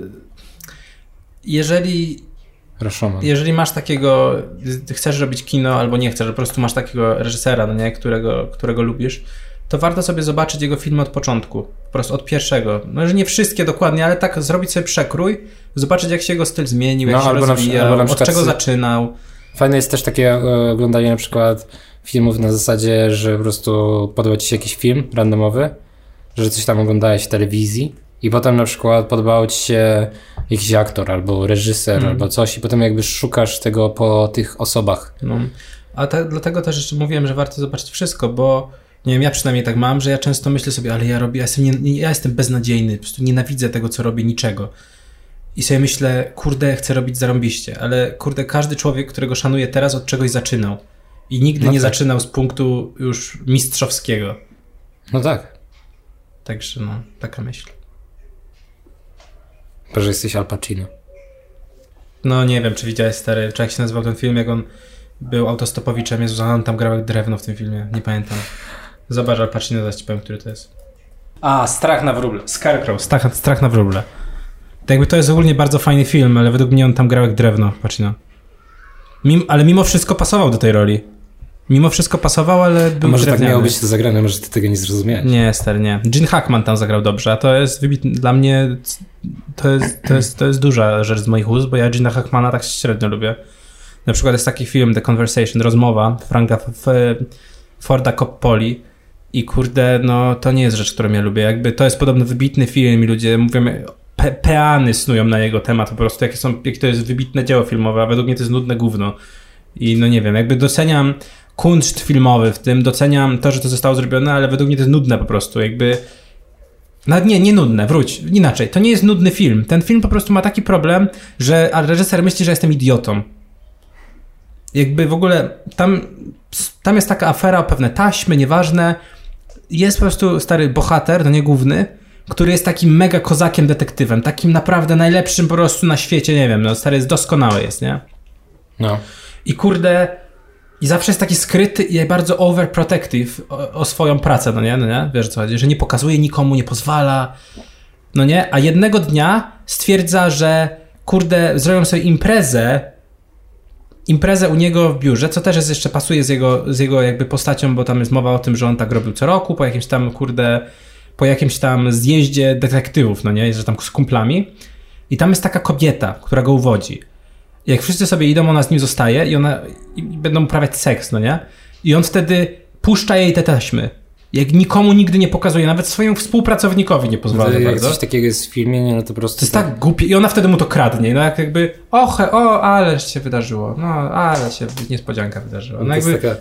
[SPEAKER 2] jeżeli masz takiego, chcesz robić kino albo nie chcesz, że po prostu masz takiego reżysera, no nie, którego lubisz, to warto sobie zobaczyć jego filmy od początku. Po prostu od pierwszego. No, że nie wszystkie dokładnie, ale tak zrobić sobie przekrój, zobaczyć jak się jego styl zmienił, jak się rozwijał, od czego zaczynał.
[SPEAKER 1] Fajne jest też takie oglądanie na przykład filmów na zasadzie, że po prostu podoba ci się jakiś film randomowy, że coś tam oglądałeś w telewizji i potem na przykład podobał ci się jakiś aktor albo reżyser albo coś i potem jakby szukasz tego po tych osobach.
[SPEAKER 2] No. A dlatego też jeszcze mówiłem, że warto zobaczyć wszystko, bo nie wiem, ja przynajmniej tak mam, że ja często myślę sobie, ale ja jestem beznadziejny, po prostu nienawidzę tego, co robię, niczego. I sobie myślę, kurde, chcę robić zarąbiście, ale kurde, każdy człowiek, którego szanuję teraz, od czegoś zaczynał. I nigdy nie zaczynał z punktu już mistrzowskiego.
[SPEAKER 1] No tak.
[SPEAKER 2] Także no, taka myśl.
[SPEAKER 1] Chyba, że jesteś Al Pacino.
[SPEAKER 2] No nie wiem, czy widziałeś stary, czy jak się nazywał ten film, jak on był autostopowiczem, Jezus, a on tam grał jak drewno w tym filmie, nie pamiętam. Zobacz Al Pacino, zaś ci powiem, który to jest. Strach na wróble. Scarecrow, Strach na wróble. To jakby to jest ogólnie bardzo fajny film, ale według mnie on tam grał jak drewno, Pacino. Ale mimo wszystko pasował do tej roli. Mimo wszystko pasował, ale był
[SPEAKER 1] może
[SPEAKER 2] drewniany.
[SPEAKER 1] Tak miało być to zagrane, może ty tego nie zrozumiałeś.
[SPEAKER 2] Nie, stary, nie. Gene Hackman tam zagrał dobrze, a to jest wybitny. Dla mnie to jest duża rzecz z moich ust, bo ja Gene'a Hackmana tak średnio lubię. Na przykład jest taki film The Conversation, rozmowa Franka Forda Coppoli i kurde, no to nie jest rzecz, którą ja lubię. Jakby to jest podobno wybitny film i ludzie mówią, peany snują na jego temat po prostu, jakie to jest wybitne dzieło filmowe, a według mnie to jest nudne gówno. I no nie wiem, jakby doceniam kunszt filmowy w tym, doceniam to, że to zostało zrobione, ale według mnie to jest nudne po prostu, jakby... Nawet nie nudne, wróć, inaczej, to nie jest nudny film. Ten film po prostu ma taki problem, że reżyser myśli, że jestem idiotą. Jakby w ogóle tam jest taka afera o pewne taśmy, nieważne. Jest po prostu stary bohater, no nie główny, który jest takim mega kozakiem detektywem, takim naprawdę najlepszym po prostu na świecie, nie wiem, no stary jest doskonały jest, nie?
[SPEAKER 1] No.
[SPEAKER 2] I kurde, i zawsze jest taki skryty i bardzo overprotective o swoją pracę, no nie? Wiesz co chodzi, że nie pokazuje nikomu, nie pozwala, no nie? A jednego dnia stwierdza, że kurde, zrobią sobie imprezę u niego w biurze, co też jest jeszcze pasuje z jego jakby postacią, bo tam jest mowa o tym, że on tak robił co roku, po jakimś tam zjeździe detektywów, no nie? Że tam z kumplami. I tam jest taka kobieta, która go uwodzi. Jak wszyscy sobie idą, ona z nim zostaje i będą uprawiać seks, no nie? I on wtedy puszcza jej te taśmy. Jak nikomu nigdy nie pokazuje, nawet swojemu współpracownikowi nie pozwala za
[SPEAKER 1] jak
[SPEAKER 2] bardzo.
[SPEAKER 1] coś takiego jest w filmie, nie, no to po prostu...
[SPEAKER 2] To jest tak głupie i ona wtedy mu to kradnie, no jakby ależ się wydarzyło, no ale się niespodzianka wydarzyła. No jakby taka...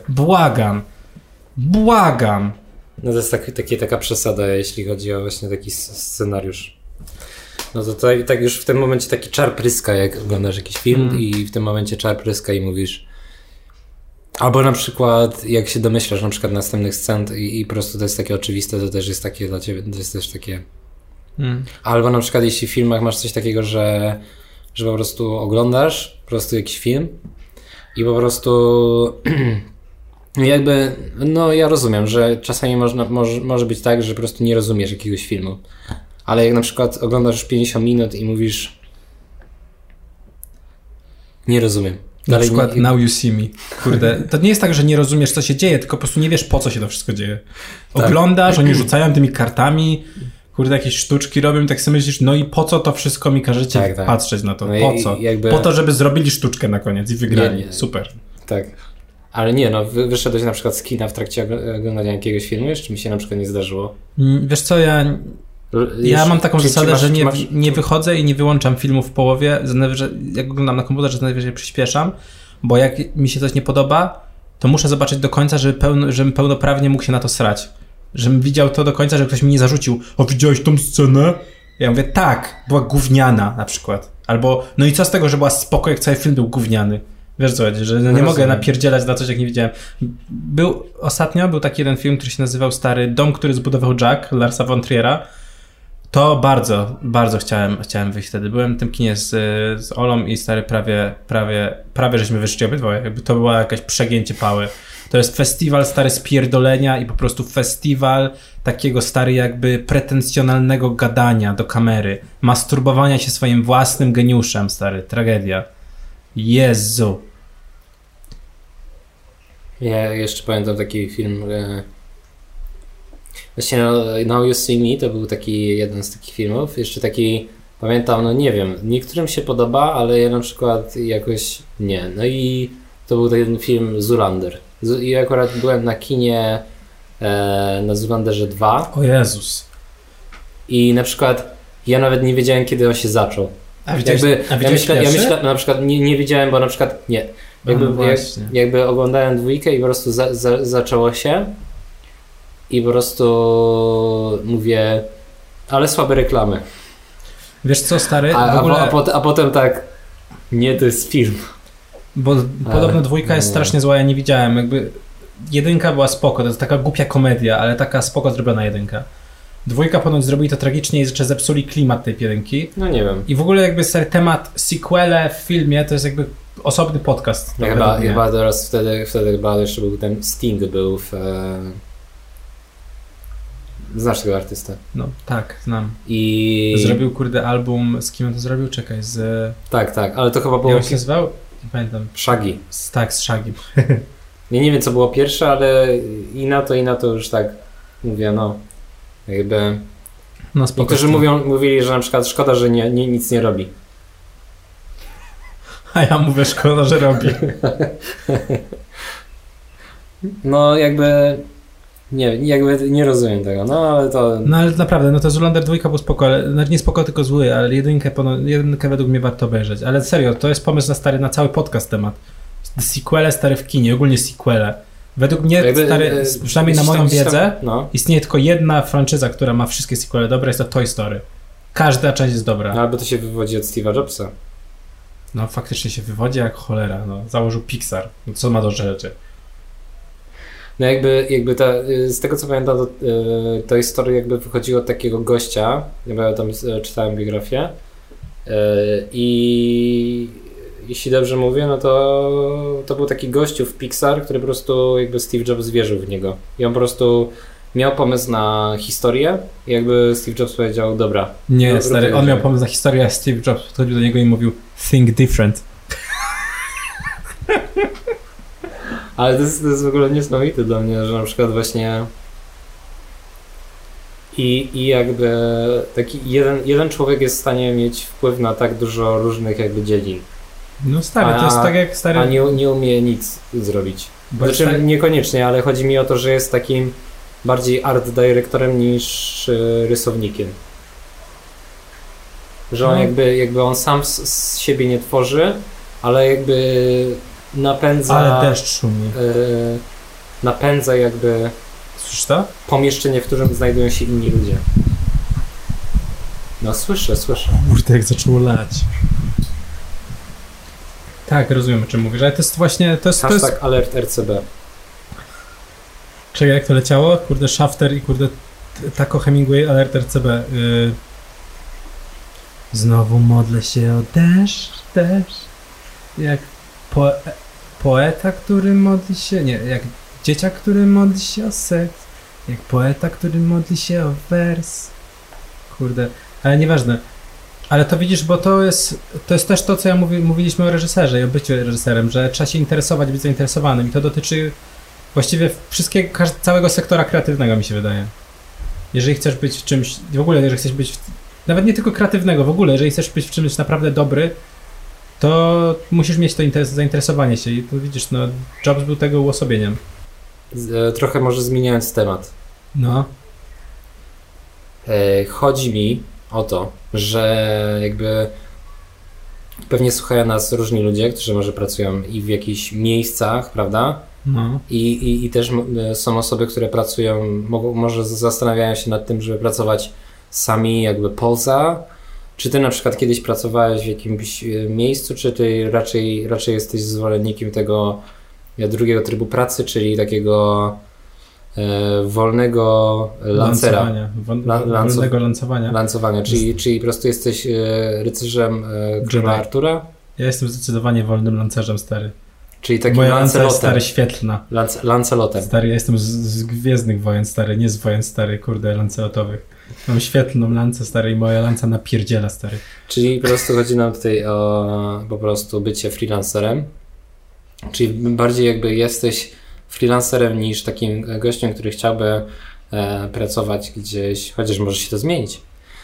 [SPEAKER 2] błagam.
[SPEAKER 1] No to jest taka przesada, jeśli chodzi o właśnie taki scenariusz. No to tak już w tym momencie taki czar pryska, jak oglądasz jakiś film i w tym momencie czar pryska i mówisz... Albo na przykład, jak się domyślasz na przykład następnych scen i po prostu to jest takie oczywiste, to też jest takie dla ciebie, to jest też takie... Albo na przykład jeśli w filmach masz coś takiego, że po prostu oglądasz po prostu jakiś film i po prostu jakby, no ja rozumiem, że czasami może być tak, że po prostu nie rozumiesz jakiegoś filmu, ale jak na przykład oglądasz już 50 minut i mówisz Nie rozumiem.
[SPEAKER 2] Na przykład Now You See Me. Kurde, to nie jest tak, że nie rozumiesz, co się dzieje, tylko po prostu nie wiesz, po co się to wszystko dzieje. Oglądasz, oni rzucają tymi kartami, kurde, jakieś sztuczki robią, tak sobie myślisz, no i po co to wszystko mi każecie patrzeć na to? Po co? Po to, żeby zrobili sztuczkę na koniec i wygrali. Super.
[SPEAKER 1] Tak. Ale nie, no wyszedłeś na przykład z kina w trakcie oglądania jakiegoś filmu, jeszcze mi się na przykład nie zdarzyło.
[SPEAKER 2] Wiesz co, ja mam taką zasadę, że nie wychodzę i nie wyłączam filmu w połowie, że jak oglądam na komputerze, to najwyżej przyspieszam, bo jak mi się coś nie podoba, to muszę zobaczyć do końca, żebym pełnoprawnie mógł się na to srać. Żebym widział to do końca, że ktoś mi nie zarzucił, o widziałeś tą scenę? Ja mówię, tak, była gówniana na przykład. Albo, no i co z tego, że była spoko, jak cały film był gówniany. Wiesz co chodzi, że nie mogę napierdzielać na coś, jak nie widziałem. Ostatnio był taki jeden film, który się nazywał Stary Dom, który zbudował Jack, Larsa von Triera. To bardzo, bardzo chciałem wyjść wtedy. Byłem w tym kinie z Olą i stary prawie żeśmy wyszli obydwoje. Jakby to była jakaś przegięcie pały. To jest festiwal stary spierdolenia i po prostu festiwal takiego stary jakby pretensjonalnego gadania do kamery. Masturbowania się swoim własnym geniuszem, stary. Tragedia. Jezu.
[SPEAKER 1] Ja jeszcze pamiętam taki film... Właśnie Now You See Me to był taki jeden z takich filmów. Jeszcze taki, pamiętam, no nie wiem, niektórym się podoba, ale ja na przykład jakoś nie. No i to był ten film Zoolander. I akurat byłem na kinie na Zoolanderze 2.
[SPEAKER 2] O Jezus.
[SPEAKER 1] I na przykład ja nawet nie wiedziałem, kiedy on się zaczął. Ja myślę, na przykład nie wiedziałem, bo na przykład nie. Jakby oglądałem dwójkę i po prostu zaczęło się. I po prostu mówię, ale słabe reklamy.
[SPEAKER 2] Wiesz co, stary?
[SPEAKER 1] A potem tak, nie, to jest film.
[SPEAKER 2] Bo podobno dwójka jest strasznie zła, ja nie widziałem. Jakby jedynka była spoko, to jest taka głupia komedia, ale taka spoko zrobiona jedynka. Dwójka ponoć zrobili to tragicznie i jeszcze zepsuli klimat tej jedynki.
[SPEAKER 1] No nie wiem.
[SPEAKER 2] I w ogóle jakby stary temat sequele w filmie to jest jakby osobny podcast.
[SPEAKER 1] Chyba teraz wtedy chyba jeszcze był ten Sting był w... Znasz tego artystę?
[SPEAKER 2] No tak, znam. I zrobił kurde album, z kim on to zrobił? Czekaj, z...
[SPEAKER 1] Tak, ale to chyba było...
[SPEAKER 2] Jak się nazywał? Nie pamiętam.
[SPEAKER 1] Shaggy.
[SPEAKER 2] Tak, z Shaggy.
[SPEAKER 1] Nie wiem co było pierwsze, ale i na to już tak mówię, no jakby...
[SPEAKER 2] No spoko.
[SPEAKER 1] Niektórzy mówili, że na przykład szkoda, że nic nie robi.
[SPEAKER 2] A ja mówię, szkoda, że robi.
[SPEAKER 1] No jakby... jakby nie rozumiem tego, no ale to...
[SPEAKER 2] No ale naprawdę, no to Zoolander 2 był spoko, ale nie spoko, tylko zły, ale jedynkę według mnie warto obejrzeć. Ale serio, to jest pomysł na cały podcast temat. Sequele stary w kinie, ogólnie sequele. Według mnie, przynajmniej na moją wiedzę, istnieje tylko jedna franczyza, która ma wszystkie sequele dobre, jest to Toy Story. Każda część jest dobra.
[SPEAKER 1] No albo to się wywodzi od Steve'a Jobsa.
[SPEAKER 2] No faktycznie się wywodzi jak cholera, no. Założył Pixar. No, co ma do rzeczy?
[SPEAKER 1] No jakby z tego co pamiętam, to historia jakby wychodziło od takiego gościa, ja tam czytałem biografię i jeśli dobrze mówię, no to był taki gościu w Pixar, który po prostu jakby Steve Jobs wierzył w niego i on po prostu miał pomysł na historię i jakby Steve Jobs powiedział, dobra.
[SPEAKER 2] Nie, stary, on miał pomysł na historię, a Steve Jobs podchodził do niego i mówił think different.
[SPEAKER 1] Ale to jest w ogóle niesamowite dla mnie, że na przykład właśnie i jakby taki jeden człowiek jest w stanie mieć wpływ na tak dużo różnych jakby dziedzin.
[SPEAKER 2] No stary, to jest tak jak stary...
[SPEAKER 1] A nie umie nic zrobić. Znaczy niekoniecznie, ale chodzi mi o to, że jest takim bardziej art dyrektorem niż rysownikiem. Że on jakby on sam z siebie nie tworzy, ale jakby napędza...
[SPEAKER 2] Ale deszcz szumi.
[SPEAKER 1] Napędza jakby...
[SPEAKER 2] Słyszysz to?
[SPEAKER 1] Pomieszczenie, w którym znajdują się inni ludzie. No słyszę.
[SPEAKER 2] Kurde, jak zaczęło lać. Tak, rozumiem, o czym mówisz, ale to jest właśnie...
[SPEAKER 1] Hashtag alert RCB.
[SPEAKER 2] Czekaj, jak to leciało? Kurde, Shafter i kurde Taco Hemingway, alert RCB. Znowu modlę się o deszcz. Jak poeta, który modli się... Nie, jak dzieciak, który modli się o seks. Jak poeta, który modli się o wers. Kurde, ale nieważne. Ale to widzisz, bo to jest też to, co mówiliśmy o reżyserze i o byciu reżyserem, że trzeba się interesować, być zainteresowanym i to dotyczy właściwie całego sektora kreatywnego, mi się wydaje. Jeżeli chcesz być w czymś, w ogóle jeżeli chcesz być, nawet nie tylko kreatywnego, w ogóle, jeżeli chcesz być w czymś naprawdę dobry, to musisz mieć to zainteresowanie się i tu widzisz, no Jobs był tego uosobieniem.
[SPEAKER 1] Trochę może zmieniając temat.
[SPEAKER 2] No.
[SPEAKER 1] Chodzi mi o to, że jakby pewnie słuchają nas różni ludzie, którzy może pracują i w jakichś miejscach, prawda?
[SPEAKER 2] No.
[SPEAKER 1] I też są osoby, które pracują, może zastanawiają się nad tym, żeby pracować sami jakby poza. Czy ty na przykład kiedyś pracowałeś w jakimś miejscu, czy ty raczej jesteś zwolennikiem tego drugiego trybu pracy, czyli takiego wolnego lancera.
[SPEAKER 2] Wolnego lancowania.
[SPEAKER 1] Lancowania, czyli po prostu jesteś rycerzem króla Artura?
[SPEAKER 2] Ja jestem zdecydowanie wolnym lancerzem, stary.
[SPEAKER 1] Czyli takim
[SPEAKER 2] moja lanca jest, stary, świetlna.
[SPEAKER 1] Lancelotem.
[SPEAKER 2] Stary, ja jestem z Gwiezdnych Wojen, stary, nie z wojen, stary, kurde, lancelotowych. Mam świetlną lancę, stary, i moja lanca napierdziela, stary.
[SPEAKER 1] Czyli po prostu chodzi nam tutaj o po prostu bycie freelancerem. Czyli bardziej jakby jesteś freelancerem niż takim gościem, który chciałby pracować gdzieś, chociaż może się to zmienić.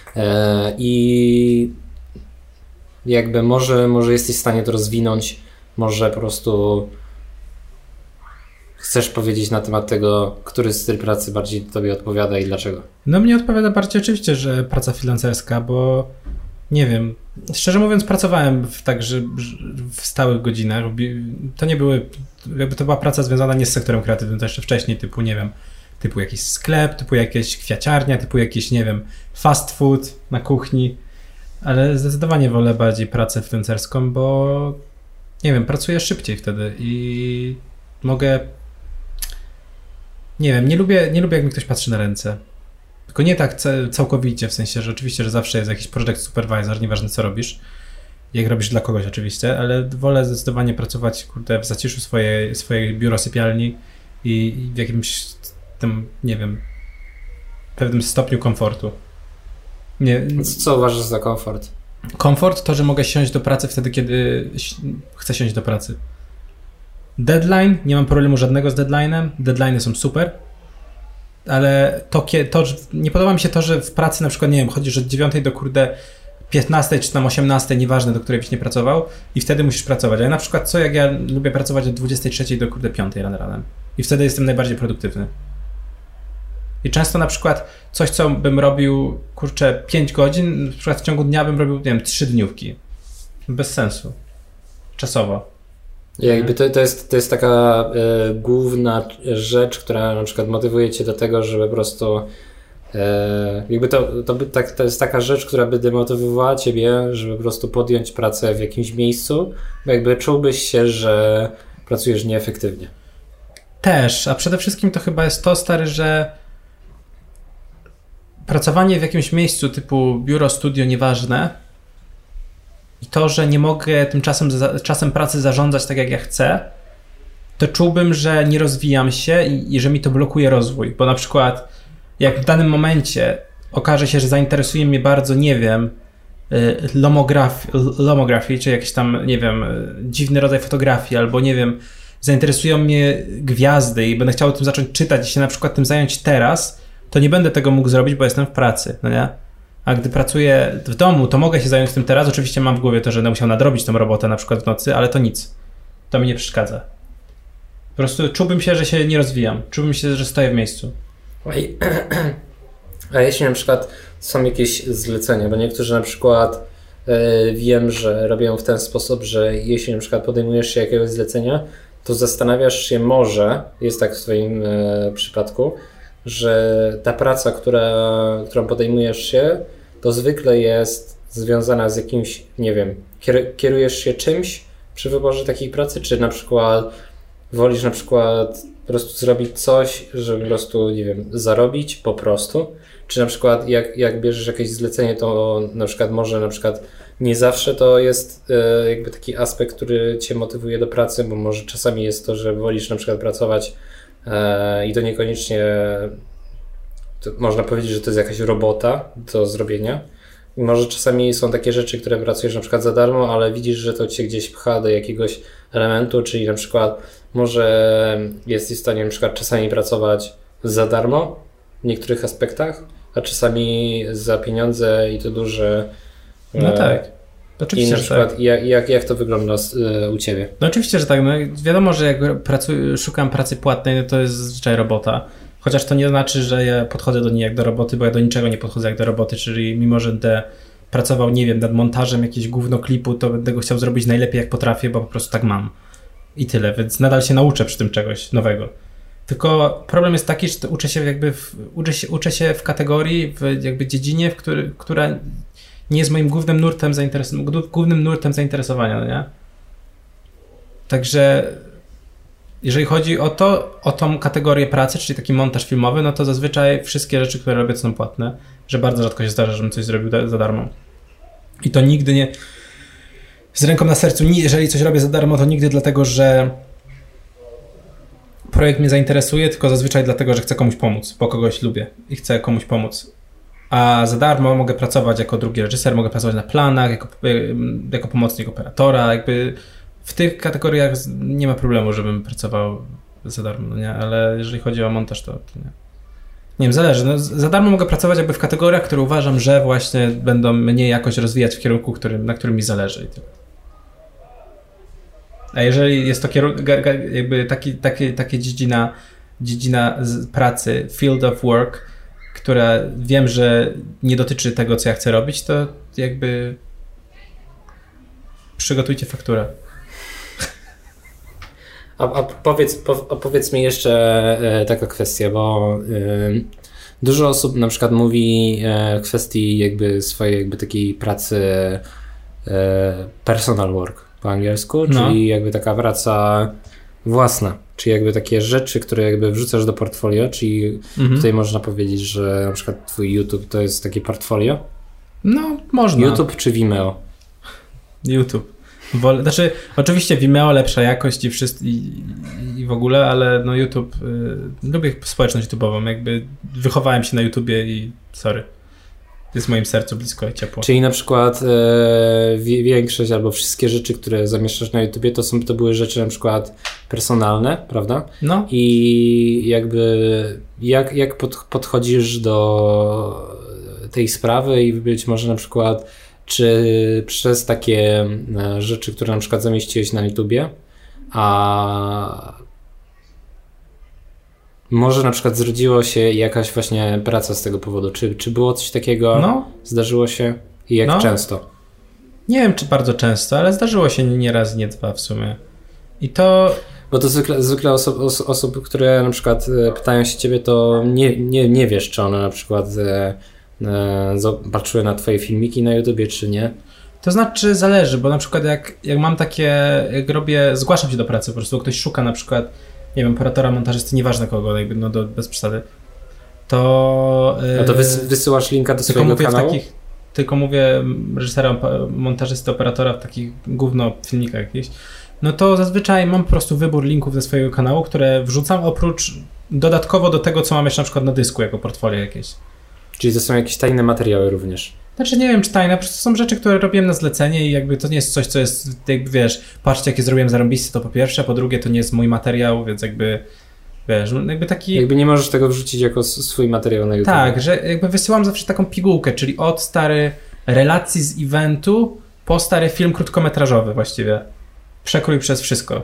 [SPEAKER 1] I jakby może jesteś w stanie to rozwinąć, może po prostu chcesz powiedzieć na temat tego, który styl pracy bardziej tobie odpowiada i dlaczego?
[SPEAKER 2] No mnie odpowiada bardziej oczywiście, że praca freelancerska, bo nie wiem, szczerze mówiąc pracowałem w stałych godzinach, to nie były, jakby to była praca związana nie z sektorem kreatywnym, to jeszcze wcześniej, typu nie wiem, typu jakiś sklep, typu jakieś kwiaciarnia, typu jakiś, nie wiem, fast food na kuchni, ale zdecydowanie wolę bardziej pracę freelancerską, bo nie wiem, pracuję szybciej wtedy i mogę, nie wiem, nie lubię jak mi ktoś patrzy na ręce. Tylko nie tak całkowicie, w sensie, że oczywiście, że zawsze jest jakiś project supervisor, nieważne co robisz, jak robisz dla kogoś oczywiście, ale wolę zdecydowanie pracować, kurde, w zaciszu swojej biuro sypialni i w jakimś tym, nie wiem, pewnym stopniu komfortu. Nie.
[SPEAKER 1] Co uważasz za komfort?
[SPEAKER 2] Komfort to, że mogę siąść do pracy wtedy, kiedy chcę siąść do pracy. Deadline, nie mam problemu żadnego z deadline'em, deadline'y są super, ale nie podoba mi się to, że w pracy na przykład, nie wiem, chodzisz od 9 do kurde 15 czy tam 18, nieważne, do której byś nie pracował i wtedy musisz pracować. Ale na przykład jak ja lubię pracować od 23 do kurde 5 ranem i wtedy jestem najbardziej produktywny. I często na przykład coś, co bym robił, kurczę, 5 godzin, na przykład w ciągu dnia bym robił, nie wiem, 3 dniówki. Bez sensu. Czasowo.
[SPEAKER 1] Jakby to jest taka główna rzecz, która na przykład motywuje cię do tego, żeby po prostu jakby to jest taka rzecz, która by demotywowała ciebie, żeby po prostu podjąć pracę w jakimś miejscu, bo jakby czułbyś się, że pracujesz nieefektywnie.
[SPEAKER 2] Też, a przede wszystkim to chyba jest to, stary, że pracowanie w jakimś miejscu typu biuro, studio, nieważne, i to, że nie mogę tym czasem pracy zarządzać tak, jak ja chcę, to czułbym, że nie rozwijam się i że mi to blokuje rozwój. Bo na przykład jak w danym momencie okaże się, że zainteresuje mnie bardzo, nie wiem, lomografii, czy jakiś tam, nie wiem, dziwny rodzaj fotografii, albo nie wiem, zainteresują mnie gwiazdy i będę chciał o tym zacząć czytać i się na przykład tym zająć teraz, to nie będę tego mógł zrobić, bo jestem w pracy, no nie? A gdy pracuję w domu, to mogę się zająć tym teraz. Oczywiście mam w głowie to, że będę musiał nadrobić tą robotę na przykład w nocy, ale to nic. To mi nie przeszkadza. Po prostu czułbym się, że się nie rozwijam. Czułbym się, że stoję w miejscu.
[SPEAKER 1] A jeśli na przykład są jakieś zlecenia, bo niektórzy na przykład wiem, że robią w ten sposób, że jeśli na przykład podejmujesz się jakiegoś zlecenia, to zastanawiasz się może, jest tak w twoim przypadku, że ta praca, którą podejmujesz się, to zwykle jest związana z jakimś, nie wiem, kierujesz się czymś przy wyborze takiej pracy, czy na przykład wolisz na przykład po prostu zrobić coś, żeby po prostu, nie wiem, zarobić po prostu, czy na przykład jak bierzesz jakieś zlecenie, to na przykład może na przykład nie zawsze to jest jakby taki aspekt, który cię motywuje do pracy, bo może czasami jest to, że wolisz na przykład pracować i to niekoniecznie to można powiedzieć, że to jest jakaś robota do zrobienia, może czasami są takie rzeczy, które pracujesz na przykład za darmo, ale widzisz, że to cię gdzieś pcha do jakiegoś elementu, czyli na przykład może jesteś w stanie na przykład czasami pracować za darmo w niektórych aspektach, a czasami za pieniądze i to duże.
[SPEAKER 2] No tak. Oczywiście,
[SPEAKER 1] i na przykład tak. Jak to wygląda u Ciebie?
[SPEAKER 2] No oczywiście, że tak. No, wiadomo, że jak szukam pracy płatnej, no to jest zazwyczaj robota. Chociaż to nie znaczy, że ja podchodzę do niej jak do roboty, bo ja do niczego nie podchodzę jak do roboty, czyli mimo, że będę pracował, nie wiem, nad montażem jakiegoś gówno klipu, to będę go chciał zrobić najlepiej jak potrafię, bo po prostu tak mam. I tyle, więc nadal się nauczę przy tym czegoś nowego. Tylko problem jest taki, że uczę się w kategorii, w jakby dziedzinie, która nie jest moim głównym nurtem zainteresowania, no nie? Także jeżeli chodzi o tą kategorię pracy, czyli taki montaż filmowy, no to zazwyczaj wszystkie rzeczy, które robię, są płatne, że bardzo rzadko się zdarza, żebym coś zrobił za darmo. I to nigdy nie... Z ręką na sercu, jeżeli coś robię za darmo, to nigdy dlatego, że projekt mnie zainteresuje, tylko zazwyczaj dlatego, że chcę komuś pomóc, bo kogoś lubię i chcę komuś pomóc. A za darmo mogę pracować jako drugi reżyser, mogę pracować na planach, jako pomocnik operatora, jakby w tych kategoriach nie ma problemu, żebym pracował za darmo, no nie? Ale jeżeli chodzi o montaż, to nie. Nie wiem, zależy. No, za darmo mogę pracować jakby w kategoriach, które uważam, że właśnie będą mnie jakoś rozwijać w kierunku, na którym mi zależy. A jeżeli jest to jakby takie dziedzina pracy, field of work, która wiem, że nie dotyczy tego, co ja chcę robić, to jakby przygotujcie fakturę.
[SPEAKER 1] A powiedz mi jeszcze taka kwestia, bo dużo osób na przykład mówi w kwestii jakby swojej jakby takiej pracy personal work po angielsku, czyli jakby taka praca własna, czyli jakby takie rzeczy, które jakby wrzucasz do portfolio, czyli tutaj można powiedzieć, że na przykład twój YouTube to jest takie portfolio?
[SPEAKER 2] No, można.
[SPEAKER 1] YouTube czy Vimeo?
[SPEAKER 2] YouTube. Znaczy, oczywiście Vimeo lepsza jakość i w ogóle, ale no YouTube, lubię społeczność YouTube'ową, jakby wychowałem się na YouTubie i sorry, jest w moim sercu blisko i ciepło.
[SPEAKER 1] Czyli na przykład większość albo wszystkie rzeczy, które zamieszczasz na YouTubie, to były rzeczy na przykład personalne, prawda?
[SPEAKER 2] No.
[SPEAKER 1] I jakby jak podchodzisz do tej sprawy i być może na przykład czy przez takie rzeczy, które na przykład zamieściłeś na YouTubie, a może na przykład zrodziło się jakaś właśnie praca z tego powodu? Czy było coś takiego?
[SPEAKER 2] No.
[SPEAKER 1] Zdarzyło się? I jak często?
[SPEAKER 2] Nie wiem, czy bardzo często, ale zdarzyło się nie raz, nie dwa w sumie. I to...
[SPEAKER 1] Bo to zwykle osób, które na przykład pytają się ciebie, to nie wiesz, czy one na przykład patrzyły na twoje filmiki na YouTubie, czy nie?
[SPEAKER 2] To znaczy zależy, bo na przykład jak mam zgłaszam się do pracy, po prostu ktoś szuka na przykład, nie wiem, operatora, montażysty, nieważne kogo, jakby, no bez przesady, to...
[SPEAKER 1] A to wysyłasz linka do swojego kanału?
[SPEAKER 2] Tylko mówię reżysera, montażysty, operatora w takich gówno filmikach jakichś, no to zazwyczaj mam po prostu wybór linków ze swojego kanału, które wrzucam oprócz dodatkowo do tego, co mam jeszcze na przykład na dysku jako portfolio jakieś.
[SPEAKER 1] Czyli to są jakieś tajne materiały również?
[SPEAKER 2] Znaczy nie wiem, czy tajne, po prostu są rzeczy, które robiłem na zlecenie i jakby to nie jest coś, co jest, jakby wiesz, patrzcie, jakie zrobiłem zarąbiste, to po pierwsze, po drugie, to nie jest mój materiał, więc jakby, wiesz, no jakby taki...
[SPEAKER 1] Jakby nie możesz tego wrzucić jako swój materiał na YouTube.
[SPEAKER 2] Tak, że jakby wysyłam zawsze taką pigułkę, czyli od stary relacji z eventu po stary film krótkometrażowy właściwie. Przekrój przez wszystko.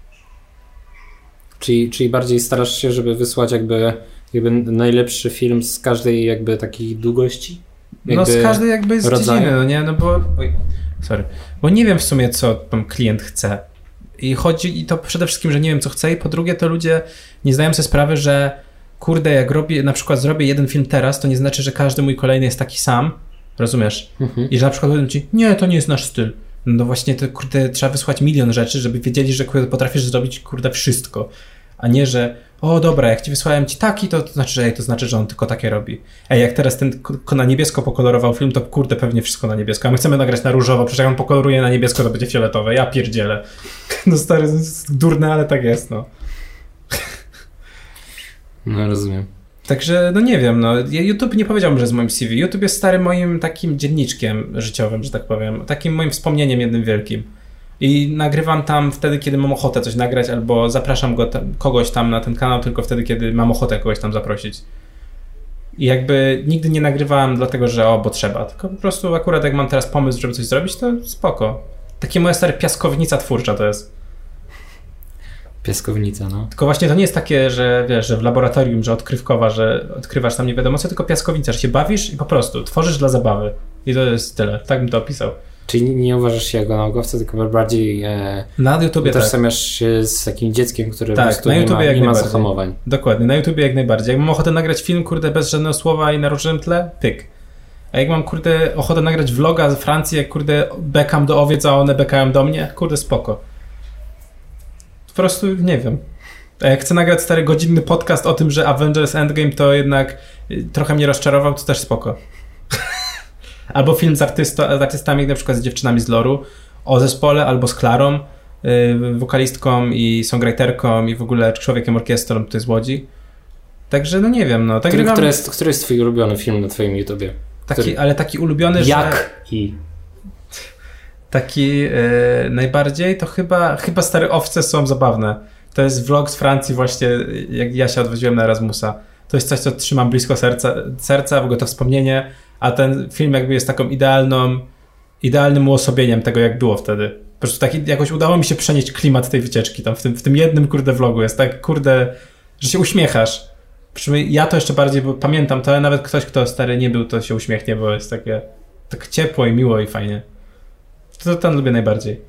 [SPEAKER 1] Czyli bardziej starasz się, żeby wysłać jakby najlepszy film z każdej jakby takiej długości?
[SPEAKER 2] No z każdej jakby z dziedziny, no nie, no bo... Bo nie wiem w sumie, co tam klient chce. I to przede wszystkim, że nie wiem, co chce, i po drugie, to ludzie nie zdają sobie sprawy, że kurde, jak zrobię jeden film teraz, to nie znaczy, że każdy mój kolejny jest taki sam, rozumiesz? I że na przykład powiedzą ci, nie, to nie jest nasz styl. No właśnie, to kurde, trzeba wysłać milion rzeczy, żeby wiedzieli, że kurde, potrafisz zrobić kurde wszystko, a nie, że o dobra, jak ci wysłałem ci taki, to znaczy, że on tylko takie robi. Jak teraz ten na niebiesko pokolorował film, to kurde, pewnie wszystko na niebiesko, a my chcemy nagrać na różowo, przecież jak on pokoloruje na niebiesko, to będzie fioletowe, ja pierdzielę. No stary, to jest durne, ale tak jest, no.
[SPEAKER 1] No rozumiem.
[SPEAKER 2] Także, no nie wiem, no YouTube nie powiedziałbym, że jest moim CV. YouTube jest starym moim takim dzienniczkiem życiowym, że tak powiem. Takim moim wspomnieniem jednym wielkim. I nagrywam tam wtedy, kiedy mam ochotę coś nagrać, albo zapraszam kogoś tam na ten kanał tylko wtedy, kiedy mam ochotę kogoś tam zaprosić. I jakby nigdy nie nagrywałem dlatego, że bo trzeba. Tylko po prostu akurat jak mam teraz pomysł, żeby coś zrobić, to spoko. Takie moja stara piaskownica twórcza to jest.
[SPEAKER 1] Piaskownica, no.
[SPEAKER 2] Tylko właśnie to nie jest takie, że wiesz, że w laboratorium, że odkrywkowa, że odkrywasz tam nie wiadomo co, tylko piaskownica, że się bawisz i po prostu tworzysz dla zabawy. I to jest tyle. Tak bym to opisał.
[SPEAKER 1] Czyli nie uważasz się jako naukowca, tylko bardziej
[SPEAKER 2] na YouTubie
[SPEAKER 1] utożsamiasz się z takim dzieckiem, które
[SPEAKER 2] tak,
[SPEAKER 1] po prostu
[SPEAKER 2] na YouTubie
[SPEAKER 1] nie ma zahamowań.
[SPEAKER 2] Dokładnie, na YouTubie jak najbardziej. Jak mam ochotę nagrać film, kurde, bez żadnego słowa i na różnym tle, pyk. A jak mam, kurde, ochotę nagrać vloga z Francji, jak, kurde, bekam do owiec, a one bekają do mnie, kurde, spoko. Po prostu nie wiem. A jak chcę nagrać stary godzinny podcast o tym, że Avengers Endgame to jednak trochę mnie rozczarował, to też spoko. Albo film z artystami, na przykład z dziewczynami z loru, o zespole, albo z Klarą, wokalistką i songwriterką i w ogóle człowiekiem orkiestrą tutaj z Łodzi. Także no nie wiem, no. Tak
[SPEAKER 1] który jest twój ulubiony film na twoim YouTubie?
[SPEAKER 2] Ale taki ulubiony, taki najbardziej to chyba Stare Owce są zabawne. To jest vlog z Francji właśnie, jak ja się odwoziłem na Erasmusa. To jest coś, co trzymam blisko serca, w ogóle to wspomnienie, a ten film jakby jest taką idealnym uosobieniem tego, jak było wtedy. Po prostu jakoś udało mi się przenieść klimat tej wycieczki tam w tym jednym, kurde, vlogu. Jest tak, kurde, że się uśmiechasz. Przynajmniej ja to jeszcze bardziej, bo pamiętam to, ale nawet ktoś, kto stary nie był, to się uśmiechnie, bo jest takie tak ciepło i miło i fajnie. To ten lubię najbardziej.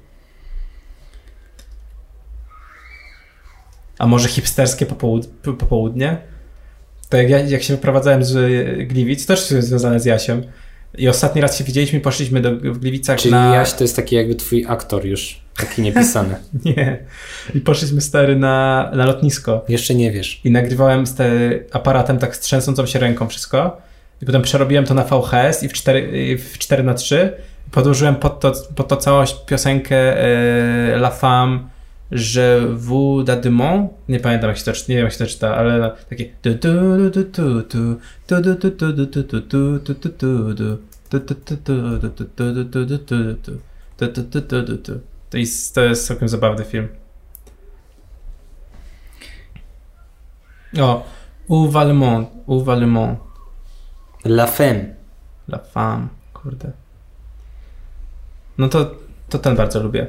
[SPEAKER 2] A może hipsterskie popołudnie? To jak się wyprowadzałem z Gliwic, też jest związane z Jasiem. I ostatni raz się widzieliśmy i poszliśmy w Gliwicach.
[SPEAKER 1] Czyli Jaś to jest taki jakby twój aktor już, taki niepisany.
[SPEAKER 2] Nie. I poszliśmy stary na lotnisko.
[SPEAKER 1] Jeszcze nie wiesz.
[SPEAKER 2] I nagrywałem aparatem tak z trzęsącą się ręką wszystko. I potem przerobiłem to na VHS i w 4:3. Podłożyłem pod to całą piosenkę La Femme, Je vous demande. Nie pamiętam jak się to czyta, nie wiem jak się to czyta, ale takie to jest całkiem zabawny film. O, Où va le monde.
[SPEAKER 1] La Femme.
[SPEAKER 2] La Femme, kurde. No to ten bardzo lubię.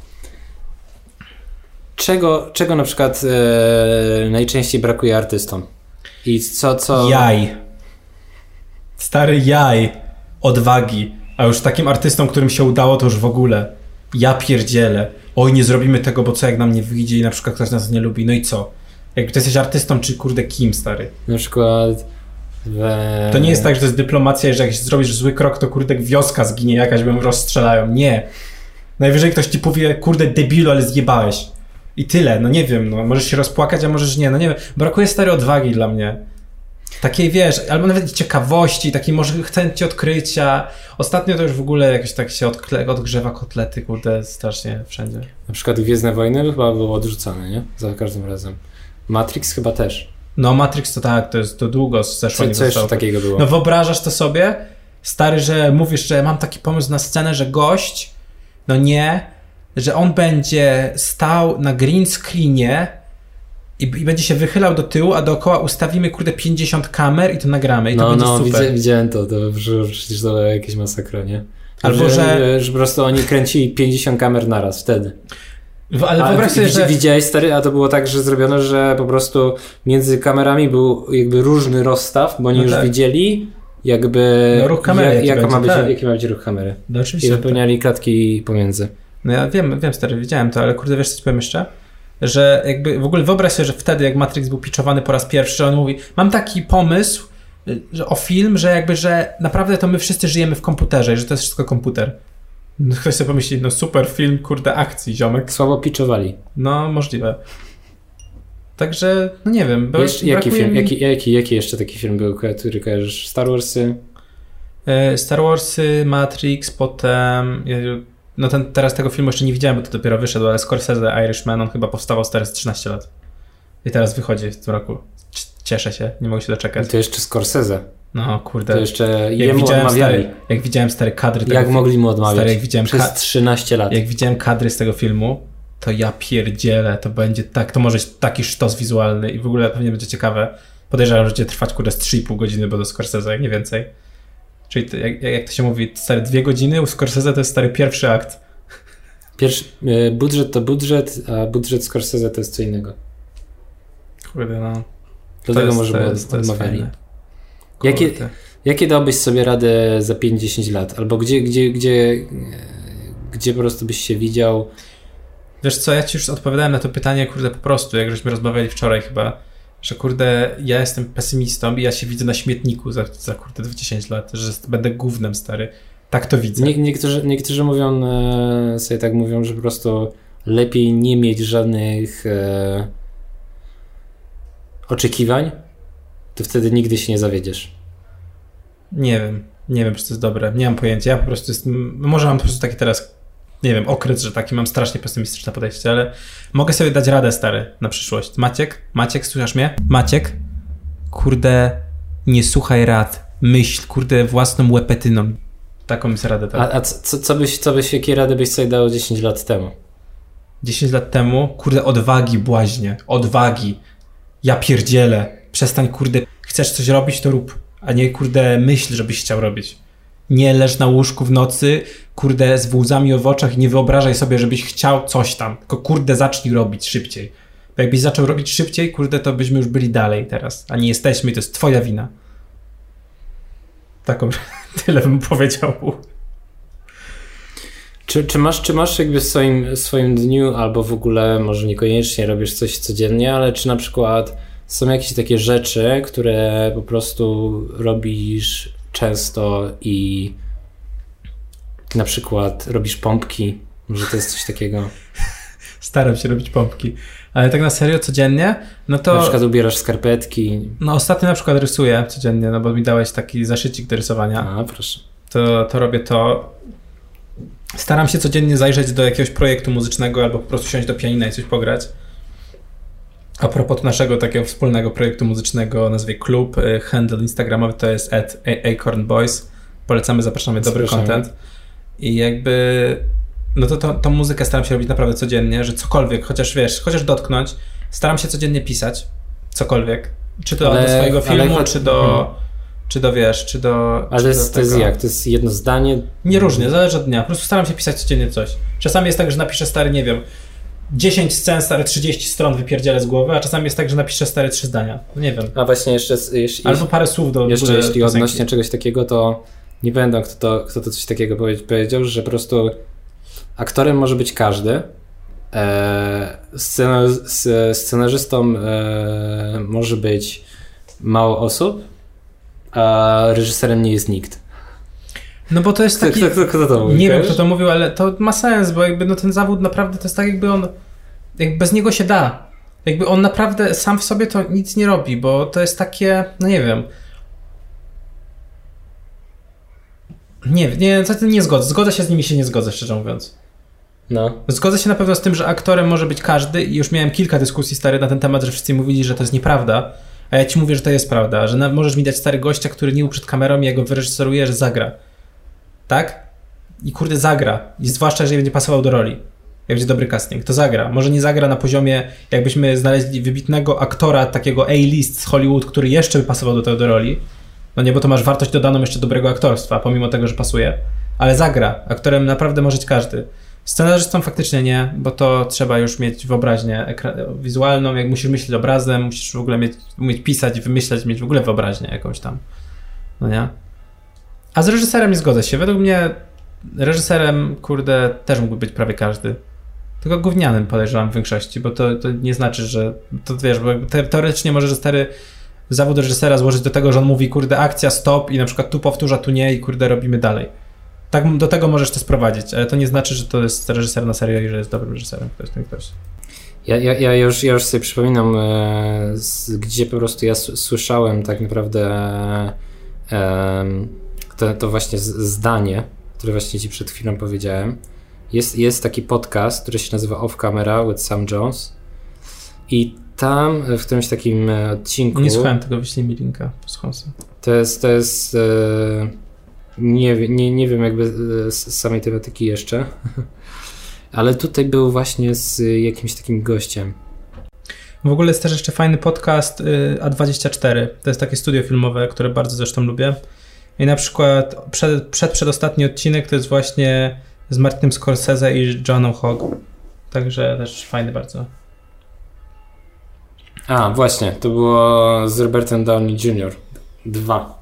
[SPEAKER 1] Czego na przykład najczęściej brakuje artystom? I co?
[SPEAKER 2] Jaj. Stary jaj. Odwagi. A już takim artystom, którym się udało, to już w ogóle. Ja pierdzielę. Oj, nie zrobimy tego, bo co jak nam nie wyjdzie i na przykład ktoś nas nie lubi. No i co? Jak ty jesteś artystą, czy kurde kim, stary?
[SPEAKER 1] Na przykład...
[SPEAKER 2] To nie jest tak, że to jest dyplomacja, że jak zrobisz zły krok, to kurde wioska zginie jakaś, bo ją rozstrzelają. Nie. Najwyżej ktoś ci powie, kurde debilu, ale zjebałeś. I tyle, no nie wiem, no możesz się rozpłakać, a możesz nie, no nie wiem. Brakuje stary odwagi dla mnie. Takiej, wiesz, albo nawet ciekawości, takiej może chęci odkrycia. Ostatnio to już w ogóle jakoś tak się odgrzewa kotlety, kurde, strasznie wszędzie.
[SPEAKER 1] Na przykład Gwiezdne Wojny chyba było odrzucane, nie? Za każdym razem. Matrix chyba też.
[SPEAKER 2] No Matrix to tak, to długo zeszło.
[SPEAKER 1] Co jeszcze takiego było?
[SPEAKER 2] No wyobrażasz to sobie, stary, że mówisz, że mam taki pomysł na scenę, że gość, no nie, że on będzie stał na green screenie i będzie się wychylał do tyłu, a dookoła ustawimy, kurde, 50 kamer i to nagramy i to będzie super.
[SPEAKER 1] Widziałem to przecież to jakieś masakra, nie?
[SPEAKER 2] Albo, że
[SPEAKER 1] po prostu oni kręcili 50 kamer naraz wtedy.
[SPEAKER 2] Ale wyobraź sobie, że...
[SPEAKER 1] Widziałeś, stary, a to było tak, że zrobiono, że po prostu między kamerami był jakby różny rozstaw, bo oni już widzieli jakby...
[SPEAKER 2] No ruch kamery,
[SPEAKER 1] jaki ma być ruch kamery.
[SPEAKER 2] No oczywiście.
[SPEAKER 1] I wypełniali klatki pomiędzy.
[SPEAKER 2] No ja wiem, stary, widziałem to, ale kurde, wiesz co ci powiem jeszcze? Że jakby w ogóle wyobraź sobie, że wtedy jak Matrix był pitchowany po raz pierwszy, że on mówi, mam taki pomysł o film, że jakby, że naprawdę to my wszyscy żyjemy w komputerze i że to jest wszystko komputer. No, ktoś sobie pomyśli, no super film, kurde, akcji, ziomek.
[SPEAKER 1] Słabo pitchowali.
[SPEAKER 2] No, możliwe. Także, no nie wiem.
[SPEAKER 1] Jaki jeszcze taki film był, który kojarzysz? Star Warsy?
[SPEAKER 2] Star Warsy, Matrix, potem... No teraz tego filmu jeszcze nie widziałem, bo to dopiero wyszedł, ale Scorsese, Irishman, on chyba powstawał stary z 13 lat. I teraz wychodzi w tym roku. Cieszę się, nie mogę się doczekać.
[SPEAKER 1] I to jeszcze Scorsese.
[SPEAKER 2] No kurde.
[SPEAKER 1] To jeszcze jemu odmawiali.
[SPEAKER 2] Jak widziałem stare kadry
[SPEAKER 1] tego mogli mu odmawiać?
[SPEAKER 2] Stary, jak widziałem
[SPEAKER 1] przez 13 lat.
[SPEAKER 2] Jak widziałem kadry z tego filmu, to ja pierdzielę, to będzie tak, to może być taki sztos wizualny i w ogóle pewnie będzie ciekawe. Podejrzewam, że będzie trwać z 3,5 godziny, bo do Scorsese, jak nie więcej. Czyli to, jak to się mówi, stary 2 godziny, u Scorsese to jest stary pierwszy akt.
[SPEAKER 1] Budżet to budżet, a budżet Scorsese to jest co innego.
[SPEAKER 2] Kurde, no.
[SPEAKER 1] Dlatego może mu odmawiali. Jakie dałbyś sobie radę za 5-10 lat? Albo gdzie po prostu byś się widział?
[SPEAKER 2] Wiesz co, ja ci już odpowiadałem na to pytanie, kurde, po prostu, jak żeśmy rozmawiali wczoraj chyba, że kurde, ja jestem pesymistą i ja się widzę na śmietniku za kurde 10 lat, że będę gównem, stary. Tak to widzę.
[SPEAKER 1] Niektórzy mówią, sobie tak mówią, że po prostu lepiej nie mieć żadnych oczekiwań, to wtedy nigdy się nie zawiedziesz.
[SPEAKER 2] Nie wiem, czy to jest dobre. Nie mam pojęcia. Ja po prostu może mam po prostu taki teraz, nie wiem, okres, że taki mam strasznie pesymistyczne podejście, ale mogę sobie dać radę, stary, na przyszłość. Maciek, słuchasz mnie? Maciek, kurde, nie słuchaj rad. Myśl, kurde, własną łepetyną. Taką jest radę. Tak.
[SPEAKER 1] A jakie rady byś sobie dał 10 lat temu?
[SPEAKER 2] 10 lat temu? Kurde, odwagi, błaźnie. Odwagi. Ja pierdzielę. Przestań, kurde, chcesz coś robić, to rób. A nie, kurde, myśl, żebyś chciał robić. Nie leż na łóżku w nocy, kurde, z łzami w oczach i nie wyobrażaj sobie, żebyś chciał coś tam. Tylko, kurde, zacznij robić szybciej. Bo jakbyś zaczął robić szybciej, kurde, to byśmy już byli dalej teraz. A nie jesteśmy i to jest twoja wina. Taką, tyle bym powiedział.
[SPEAKER 1] Czy masz jakby w swoim dniu, albo w ogóle może niekoniecznie robisz coś codziennie, ale czy na przykład są jakieś takie rzeczy, które po prostu robisz często i na przykład robisz pompki? Może to jest coś takiego?
[SPEAKER 2] Staram się robić pompki. Ale tak na serio, codziennie? No to...
[SPEAKER 1] Na przykład ubierasz skarpetki.
[SPEAKER 2] No ostatnio na przykład rysuję codziennie, no bo mi dałeś taki zaszycik do rysowania.
[SPEAKER 1] A, proszę.
[SPEAKER 2] To robię to. Staram się codziennie zajrzeć do jakiegoś projektu muzycznego albo po prostu siąść do pianina i coś pograć. A propos naszego takiego wspólnego projektu muzycznego o nazwie Klub, handle instagramowy to jest @acornboys. Polecamy, zapraszamy, dobry content. I jakby no to muzykę staram się robić naprawdę codziennie, że cokolwiek, chociaż dotknąć, staram się codziennie pisać cokolwiek. Czy to do swojego filmu, czy do wiesz, czy do...
[SPEAKER 1] Ale to jest jak? To jest jedno zdanie?
[SPEAKER 2] Nie różnie, zależy od dnia. Po prostu staram się pisać codziennie coś. Czasami jest tak, że napiszę stary, nie wiem, 10 scen, stare 30 stron wypierdzielę z głowy, a czasami jest tak, że napiszę stare 3 zdania. Nie wiem.
[SPEAKER 1] A właśnie jeszcze...
[SPEAKER 2] Albo parę słów do...
[SPEAKER 1] Jeszcze jeśli odnośnie czegoś takiego, to nie pamiętam, kto to coś takiego powiedział, że po prostu aktorem może być każdy, scenarzystą może być mało osób, a reżyserem nie jest nikt.
[SPEAKER 2] No bo to jest taki...
[SPEAKER 1] Kto to mówił?
[SPEAKER 2] Nie wiem, kto to mówił, ale to ma sens, bo jakby no ten zawód naprawdę to jest tak, jakby on... Jakby bez niego się da. Jakby on naprawdę sam w sobie to nic nie robi, bo to jest takie... No nie wiem. Nie zgodzę. Zgodzę się z nimi, się nie zgodzę, szczerze mówiąc.
[SPEAKER 1] No.
[SPEAKER 2] Zgodzę się na pewno z tym, że aktorem może być każdy i już miałem kilka dyskusji stary na ten temat, że wszyscy mówili, że to jest nieprawda, a ja ci mówię, że to jest prawda, że możesz mi dać stary gościa, który nie był przed kamerą i ja go wyreżyseruję, że zagra. Tak? I kurde zagra. I zwłaszcza, jeżeli będzie pasował do roli. Jak będzie dobry casting, to zagra. Może nie zagra na poziomie, jakbyśmy znaleźli wybitnego aktora, takiego A-list z Hollywood, który jeszcze by pasował do roli. No nie, bo to masz wartość dodaną jeszcze dobrego aktorstwa, pomimo tego, że pasuje. Ale zagra. Aktorem naprawdę może być każdy. Scenarzystą faktycznie nie, bo to trzeba już mieć wyobraźnię wizualną, jak musisz myśleć obrazem, musisz w ogóle umieć pisać, wymyślać, mieć w ogóle wyobraźnię jakąś tam. No nie? A z reżyserem nie zgodzę się. Według mnie reżyserem, kurde, też mógłby być prawie każdy. Tylko gównianym podejrzewam w większości, bo to nie znaczy, że to wiesz, bo teoretycznie może zawód reżysera złożyć do tego, że on mówi, kurde, akcja, stop i na przykład tu powtórza, tu nie i kurde, robimy dalej. Tak, do tego możesz to sprowadzić, ale to nie znaczy, że to jest reżyser na serio i że jest dobrym reżyserem. Ktoś.
[SPEAKER 1] Ja już sobie przypominam, gdzie po prostu ja słyszałem tak naprawdę to właśnie zdanie, które właśnie ci przed chwilą powiedziałem. Jest taki podcast, który się nazywa Off Camera with Sam Jones i tam w którymś takim odcinku...
[SPEAKER 2] Nie słuchałem tego, wyślij mi linka.
[SPEAKER 1] To jest nie wiem jakby z samej tematyki jeszcze, ale tutaj był właśnie z jakimś takim gościem.
[SPEAKER 2] W ogóle jest też jeszcze fajny podcast A24. To jest takie studio filmowe, które bardzo zresztą lubię. I na przykład przedostatni odcinek to jest właśnie z Martinem Scorsese i Johnem Hogg. Także też fajny bardzo.
[SPEAKER 1] A, właśnie, to było z Robertem Downey Jr. 2.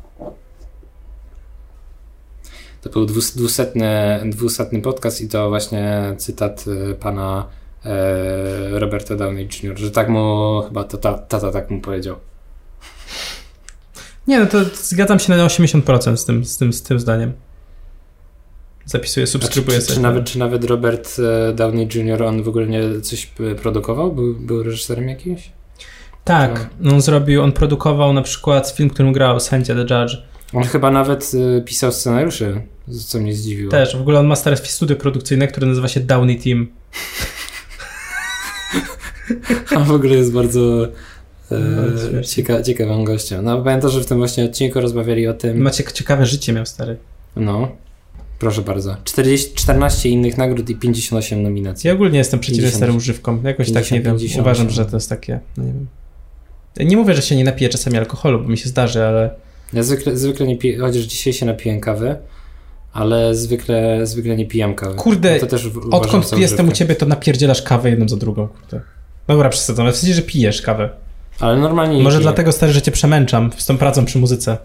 [SPEAKER 1] To był 200 podcast i to właśnie cytat pana Roberta Downey Jr., że tak mu chyba tata tak mu powiedział.
[SPEAKER 2] Nie, no to zgadzam się na 80% z tym zdaniem. Zapisuję, subskrybuję sobie.
[SPEAKER 1] Czy nawet Robert Downey Jr. on w ogóle nie coś produkował? Był reżyserem jakimś?
[SPEAKER 2] Tak, on produkował na przykład film, w którym grał sędzia The Judge.
[SPEAKER 1] On chyba nawet pisał scenariusze, co mnie zdziwiło.
[SPEAKER 2] Też, w ogóle on ma stare studio produkcyjne, które nazywa się Downey Team.
[SPEAKER 1] A w ogóle jest bardzo ciekawym gościem. No pamiętam, że w tym właśnie odcinku rozmawiali o tym...
[SPEAKER 2] Macie ciekawe życie miał stary.
[SPEAKER 1] No, proszę bardzo. 14 innych nagród i 58 nominacji.
[SPEAKER 2] Ja ogólnie jestem przeciwny starym używkom. Jakoś 50, tak nie wiem, 58. Uważam, że to jest takie... No nie wiem. Nie mówię, że się nie napiję czasami alkoholu, bo mi się zdarzy, ale...
[SPEAKER 1] Ja zwykle nie piję, chociaż dzisiaj się napiję kawy, ale zwykle nie pijam kawy.
[SPEAKER 2] Kurde, to też odkąd jestem u ciebie, to napierdzielasz kawę jedną za drugą. Kurde. Dobra, przesadzam, ale w sensie, że pijesz kawę.
[SPEAKER 1] Ale normalnie nie
[SPEAKER 2] Może
[SPEAKER 1] piję.
[SPEAKER 2] dlatego, stary, że cię przemęczam z tą pracą przy muzyce.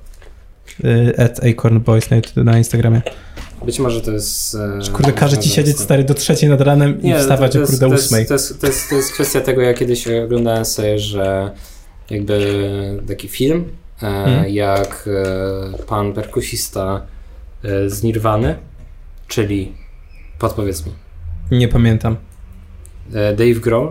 [SPEAKER 2] @acornboys na Instagramie.
[SPEAKER 1] Być może to jest...
[SPEAKER 2] Kurde, każe ci siedzieć, stary, do 3 nad ranem i wstawać o kurde 8.
[SPEAKER 1] To jest kwestia tego, ja kiedyś oglądałem sobie, że jakby taki film, jak pan perkusista z Nirwany, czyli podpowiedz mi.
[SPEAKER 2] Nie pamiętam.
[SPEAKER 1] Dave Grohl,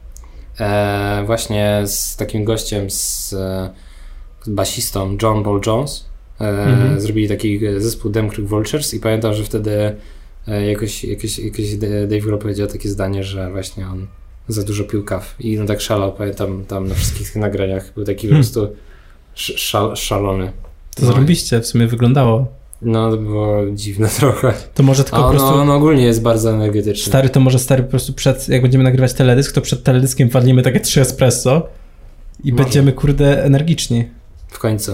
[SPEAKER 1] właśnie z takim gościem, z basistą John Paul Jones, zrobili taki zespół Them Creek Vultures i pamiętam, że wtedy jakoś Dave Grohl powiedział takie zdanie, że właśnie on za dużo pił kaw i on tak szalał, pamiętam tam na wszystkich tych nagraniach, był taki po prostu szalony.
[SPEAKER 2] To zrobiliście, w sumie wyglądało.
[SPEAKER 1] No, to było dziwne trochę.
[SPEAKER 2] To może tylko po prostu...
[SPEAKER 1] On ogólnie jest bardzo energetyczny.
[SPEAKER 2] Stary, to może po prostu jak będziemy nagrywać teledysk, to przed teledyskiem walimy takie 3 espresso i będziemy, kurde, energiczni.
[SPEAKER 1] W końcu.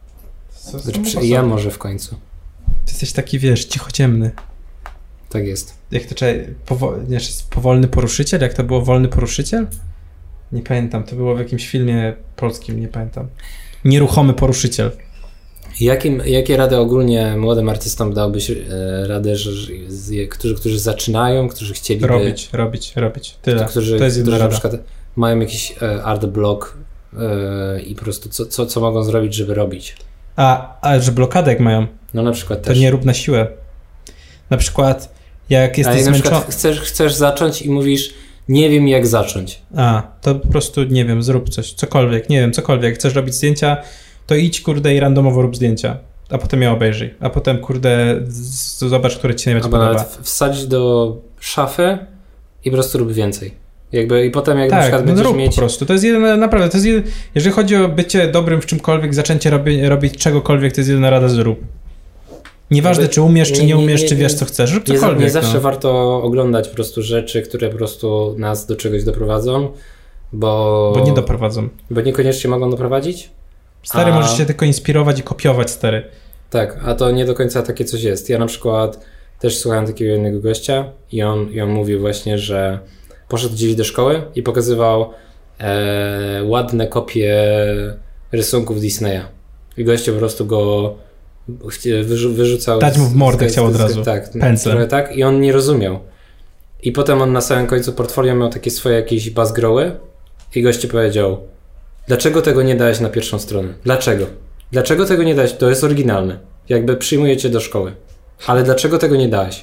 [SPEAKER 1] Ja może w końcu.
[SPEAKER 2] Ty jesteś taki, wiesz, cichociemny.
[SPEAKER 1] Tak jest.
[SPEAKER 2] Jak to powolny poruszyciel? Jak to było wolny poruszyciel? Nie pamiętam, to było w jakimś filmie polskim, nie pamiętam. Nieruchomy poruszyciel.
[SPEAKER 1] Jakie rady ogólnie młodym artystom dałbyś radę, którzy zaczynają, którzy chcieliby...
[SPEAKER 2] Robić. Tyle.
[SPEAKER 1] To jest jedna rada. Na przykład mają jakiś art block i po prostu co mogą zrobić, żeby robić.
[SPEAKER 2] A że blokadę jak mają?
[SPEAKER 1] No na przykład
[SPEAKER 2] to też. Nie rób na siłę. Na przykład jak jesteś zmęczony...
[SPEAKER 1] Chcesz zacząć i mówisz, nie wiem jak zacząć.
[SPEAKER 2] To po prostu, nie wiem, zrób coś, cokolwiek, nie wiem, cokolwiek. Chcesz robić zdjęcia, to idź, kurde, i randomowo rób zdjęcia. A potem je obejrzyj. A potem, kurde, zobacz, które ci się najbardziej podoba.
[SPEAKER 1] Nawet wsadź do szafy i po prostu rób więcej. I potem jak na przykład będziesz mieć...
[SPEAKER 2] po prostu. To jest naprawdę, jeżeli chodzi o bycie dobrym w czymkolwiek, zaczęcie robić czegokolwiek, to jest jedyna rada, zrób. Nieważne, czy umiesz, czy nie umiesz, czy wiesz, co chcesz. Rób cokolwiek.
[SPEAKER 1] Nie zawsze warto oglądać po prostu rzeczy, które po prostu nas do czegoś doprowadzą, bo
[SPEAKER 2] nie doprowadzą.
[SPEAKER 1] Bo niekoniecznie mogą doprowadzić.
[SPEAKER 2] Stary, możesz się tylko inspirować i kopiować, stary.
[SPEAKER 1] Tak, a to nie do końca takie coś jest. Ja na przykład też słuchałem takiego jednego gościa i on mówił właśnie, że poszedł gdzieś do szkoły i pokazywał ładne kopie rysunków Disneya. I goście po prostu go wyrzucał...
[SPEAKER 2] Dać mu w mordę chciał od razu.
[SPEAKER 1] Tak,
[SPEAKER 2] pędzlem.
[SPEAKER 1] Trochę tak i on nie rozumiał. I potem on na samym końcu portfolio miał takie swoje jakieś buzzgrowy i goście powiedział: dlaczego tego nie dałeś na pierwszą stronę? Dlaczego? Dlaczego tego nie dałeś? To jest oryginalne. Jakby przyjmuję cię do szkoły. Ale dlaczego tego nie dałeś?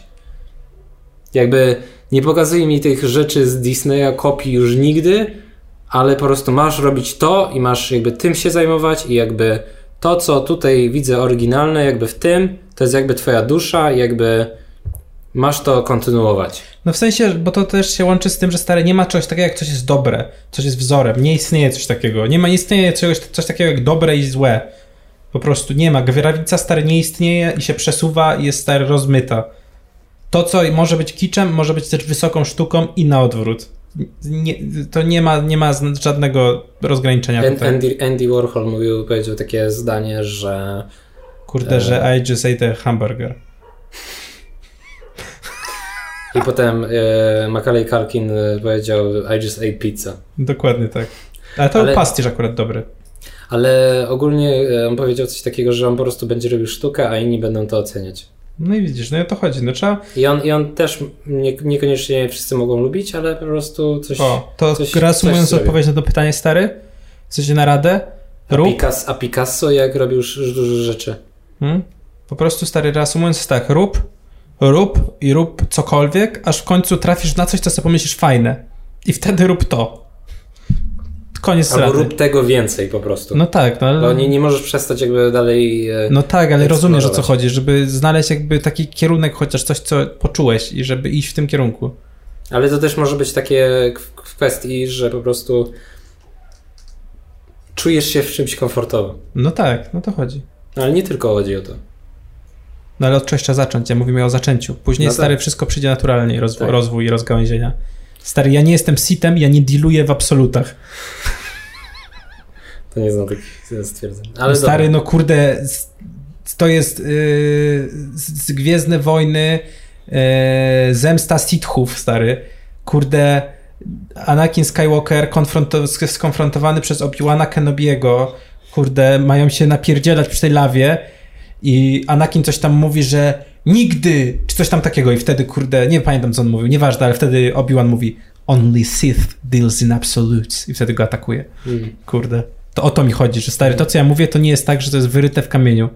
[SPEAKER 1] Jakby nie pokazuj mi tych rzeczy z Disneya, kopii już nigdy, ale po prostu masz robić to i masz jakby tym się zajmować i jakby to, co tutaj widzę oryginalne, jakby w tym, to jest jakby twoja dusza i jakby Masz to kontynuować.
[SPEAKER 2] No w sensie, bo to też się łączy z tym, że stary, nie ma czegoś takiego jak coś jest dobre, coś jest wzorem, nie istnieje coś takiego. Nie istnieje coś takiego jak dobre i złe. Po prostu nie ma. Granica stary nie istnieje i się przesuwa i jest stary rozmyta. To, co może być kiczem, może być też wysoką sztuką i na odwrót. To nie ma żadnego rozgraniczenia tutaj.
[SPEAKER 1] Andy Warhol powiedział takie zdanie, że...
[SPEAKER 2] Kurde, że I just ate a hamburger.
[SPEAKER 1] I potem Macaulay Culkin powiedział I just ate pizza.
[SPEAKER 2] Dokładnie tak. Ale to był pastisz akurat dobry.
[SPEAKER 1] Ale ogólnie on powiedział coś takiego, że on po prostu będzie robił sztukę, a inni będą to oceniać.
[SPEAKER 2] No i widzisz, no i o to chodzi. No trzeba...
[SPEAKER 1] I on też niekoniecznie wszyscy mogą lubić, ale po prostu coś...
[SPEAKER 2] reasumując odpowiedź na to pytanie, stary, coś na radę?
[SPEAKER 1] A Picasso jak robił dużo rzeczy?
[SPEAKER 2] Po prostu, stary, reasumując tak, rób cokolwiek, aż w końcu trafisz na coś, co sobie pomyślisz fajne. I wtedy rób to. Koniec
[SPEAKER 1] Albo
[SPEAKER 2] rady.
[SPEAKER 1] rób tego więcej po prostu.
[SPEAKER 2] No tak. No, ale...
[SPEAKER 1] Bo nie możesz przestać jakby dalej...
[SPEAKER 2] No tak, ale rozumiesz, o co chodzi, żeby znaleźć jakby taki kierunek, chociaż coś, co poczułeś i żeby iść w tym kierunku.
[SPEAKER 1] Ale to też może być takie w kwestii, że po prostu czujesz się w czymś komfortowo.
[SPEAKER 2] No tak, no to chodzi.
[SPEAKER 1] Ale nie tylko chodzi o to.
[SPEAKER 2] No ale od czegoś trzeba zacząć, ja mówimy o zaczęciu. Później, stary, wszystko przyjdzie naturalnie, rozwój i rozgałęzienia. Stary, ja nie jestem sitem, ja nie dealuję w absolutach.
[SPEAKER 1] To nie znam takich stwierdzeń. Ale
[SPEAKER 2] no stary, no kurde, to jest Gwiezdne Wojny, zemsta Sithów, stary. Kurde, Anakin Skywalker skonfrontowany przez Obi-Wana Kenobiego, kurde, mają się napierdzielać przy tej lawie i Anakin coś tam mówi, że nigdy, czy coś tam takiego i wtedy, kurde, nie pamiętam co on mówił, nieważne, ale wtedy Obi-Wan mówi only Sith deals in absolutes i wtedy go atakuje. Kurde, to o to mi chodzi, że stary, to co ja mówię, to nie jest tak, że to jest wyryte w kamieniu.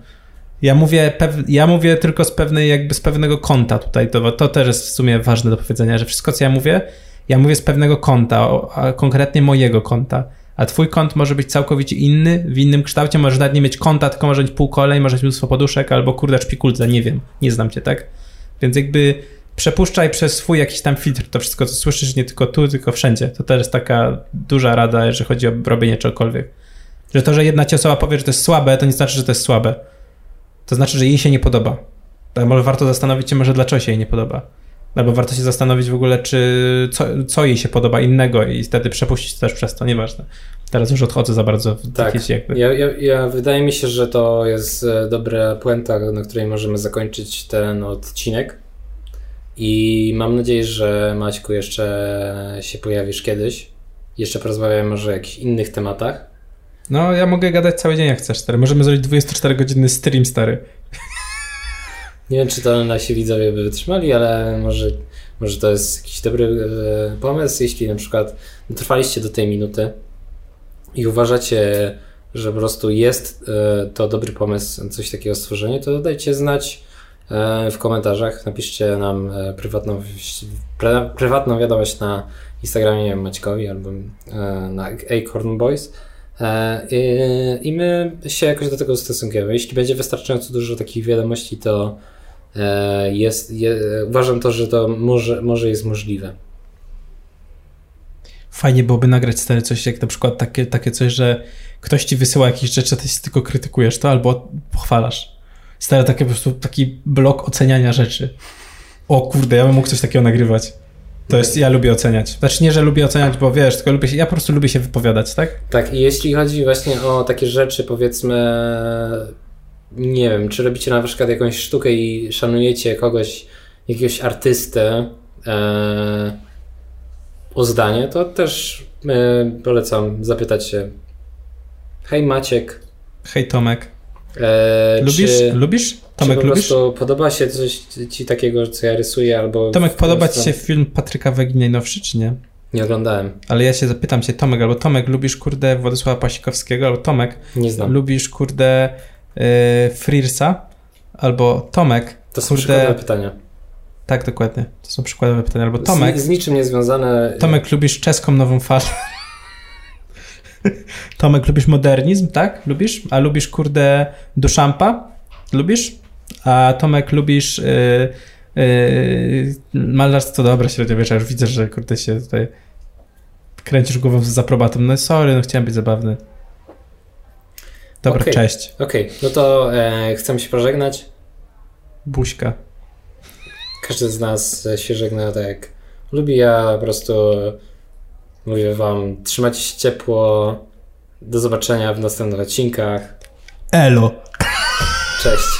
[SPEAKER 2] Ja mówię tylko z pewnego kąta tutaj, to też jest w sumie ważne do powiedzenia, że wszystko co ja mówię z pewnego kąta, a konkretnie mojego kąta. A twój kąt może być całkowicie inny, w innym kształcie, możesz nawet nie mieć kąta, tylko może mieć półkolej, może mieć mnóstwo poduszek, albo kurde szpikulce, nie wiem, nie znam cię, tak? Więc jakby przepuszczaj przez swój jakiś tam filtr to wszystko, co słyszysz, nie tylko tu, tylko wszędzie. To też jest taka duża rada, jeżeli chodzi o robienie czegokolwiek. Że to, że jedna ci osoba powie, że to jest słabe, to nie znaczy, że to jest słabe. To znaczy, że jej się nie podoba. Tak, może warto zastanowić się, może dlaczego się jej nie podoba. Albo warto się zastanowić w ogóle, co jej się podoba innego i wtedy przepuścić to też przez to, nieważne. Teraz już odchodzę za bardzo w jakieś jakby...
[SPEAKER 1] Wydaje mi się, że to jest dobra puenta, na której możemy zakończyć ten odcinek i mam nadzieję, że Maćku jeszcze się pojawisz kiedyś. Jeszcze porozmawiamy może o jakichś innych tematach.
[SPEAKER 2] No, ja mogę gadać cały dzień jak chcesz, stary. Możemy zrobić 24-godzinny stream, stary.
[SPEAKER 1] Nie wiem, czy to nasi widzowie by wytrzymali, ale może to jest jakiś dobry pomysł, jeśli na przykład dotrwaliście do tej minuty i uważacie, że po prostu jest to dobry pomysł, coś takiego stworzenie, to dajcie znać w komentarzach, napiszcie nam prywatną wiadomość na Instagramie Maćkowi albo na Acorn Boys i my się jakoś do tego ustosunkujemy. Jeśli będzie wystarczająco dużo takich wiadomości, to uważam to, że to może jest możliwe.
[SPEAKER 2] Fajnie byłoby nagrać, stary, coś jak na przykład takie coś, że ktoś ci wysyła jakieś rzeczy, a ty tylko krytykujesz to albo pochwalasz. Stary, po prostu taki blok oceniania rzeczy. O kurde, ja bym mógł coś takiego nagrywać. To jest, ja lubię oceniać. Znaczy nie, że lubię oceniać, bo wiesz, tylko ja po prostu lubię się wypowiadać, tak?
[SPEAKER 1] Tak, i jeśli chodzi właśnie o takie rzeczy, powiedzmy, nie wiem, czy robicie na przykład jakąś sztukę i szanujecie kogoś, jakiegoś artystę o zdanie, to też polecam zapytać się: hej Maciek.
[SPEAKER 2] Hej Tomek. Lubisz?
[SPEAKER 1] Tomek, czy po prostu podoba się coś ci takiego, co ja rysuję, albo...
[SPEAKER 2] Tomek, podoba ci się film Patryka Wegi najnowszy, czy nie?
[SPEAKER 1] Nie oglądałem.
[SPEAKER 2] Ale ja się zapytam cię, Tomek, albo Tomek, lubisz kurde Władysława Pasikowskiego, albo Tomek,
[SPEAKER 1] nie znam.
[SPEAKER 2] Lubisz kurde Freersa, albo Tomek,
[SPEAKER 1] to są przykładowe pytania.
[SPEAKER 2] Tak, dokładnie. To są przykładowe pytania, albo Tomek...
[SPEAKER 1] Z niczym niezwiązane...
[SPEAKER 2] Tomek, lubisz czeską nową falę? Tomek, lubisz modernizm, tak? Lubisz? A lubisz kurde Duchampa? Lubisz? A Tomek, lubisz Malarstwo dobre, średniowiecza, już widzę, że kurde się tutaj kręcisz głową z aprobatą. No sorry, no chciałem być zabawny. Dobra, cześć.
[SPEAKER 1] Okej, no to chcemy się pożegnać.
[SPEAKER 2] Buźka.
[SPEAKER 1] Każdy z nas się żegna tak jak lubi. Ja po prostu mówię wam, trzymajcie się ciepło. Do zobaczenia w następnych odcinkach.
[SPEAKER 2] Elo.
[SPEAKER 1] Cześć.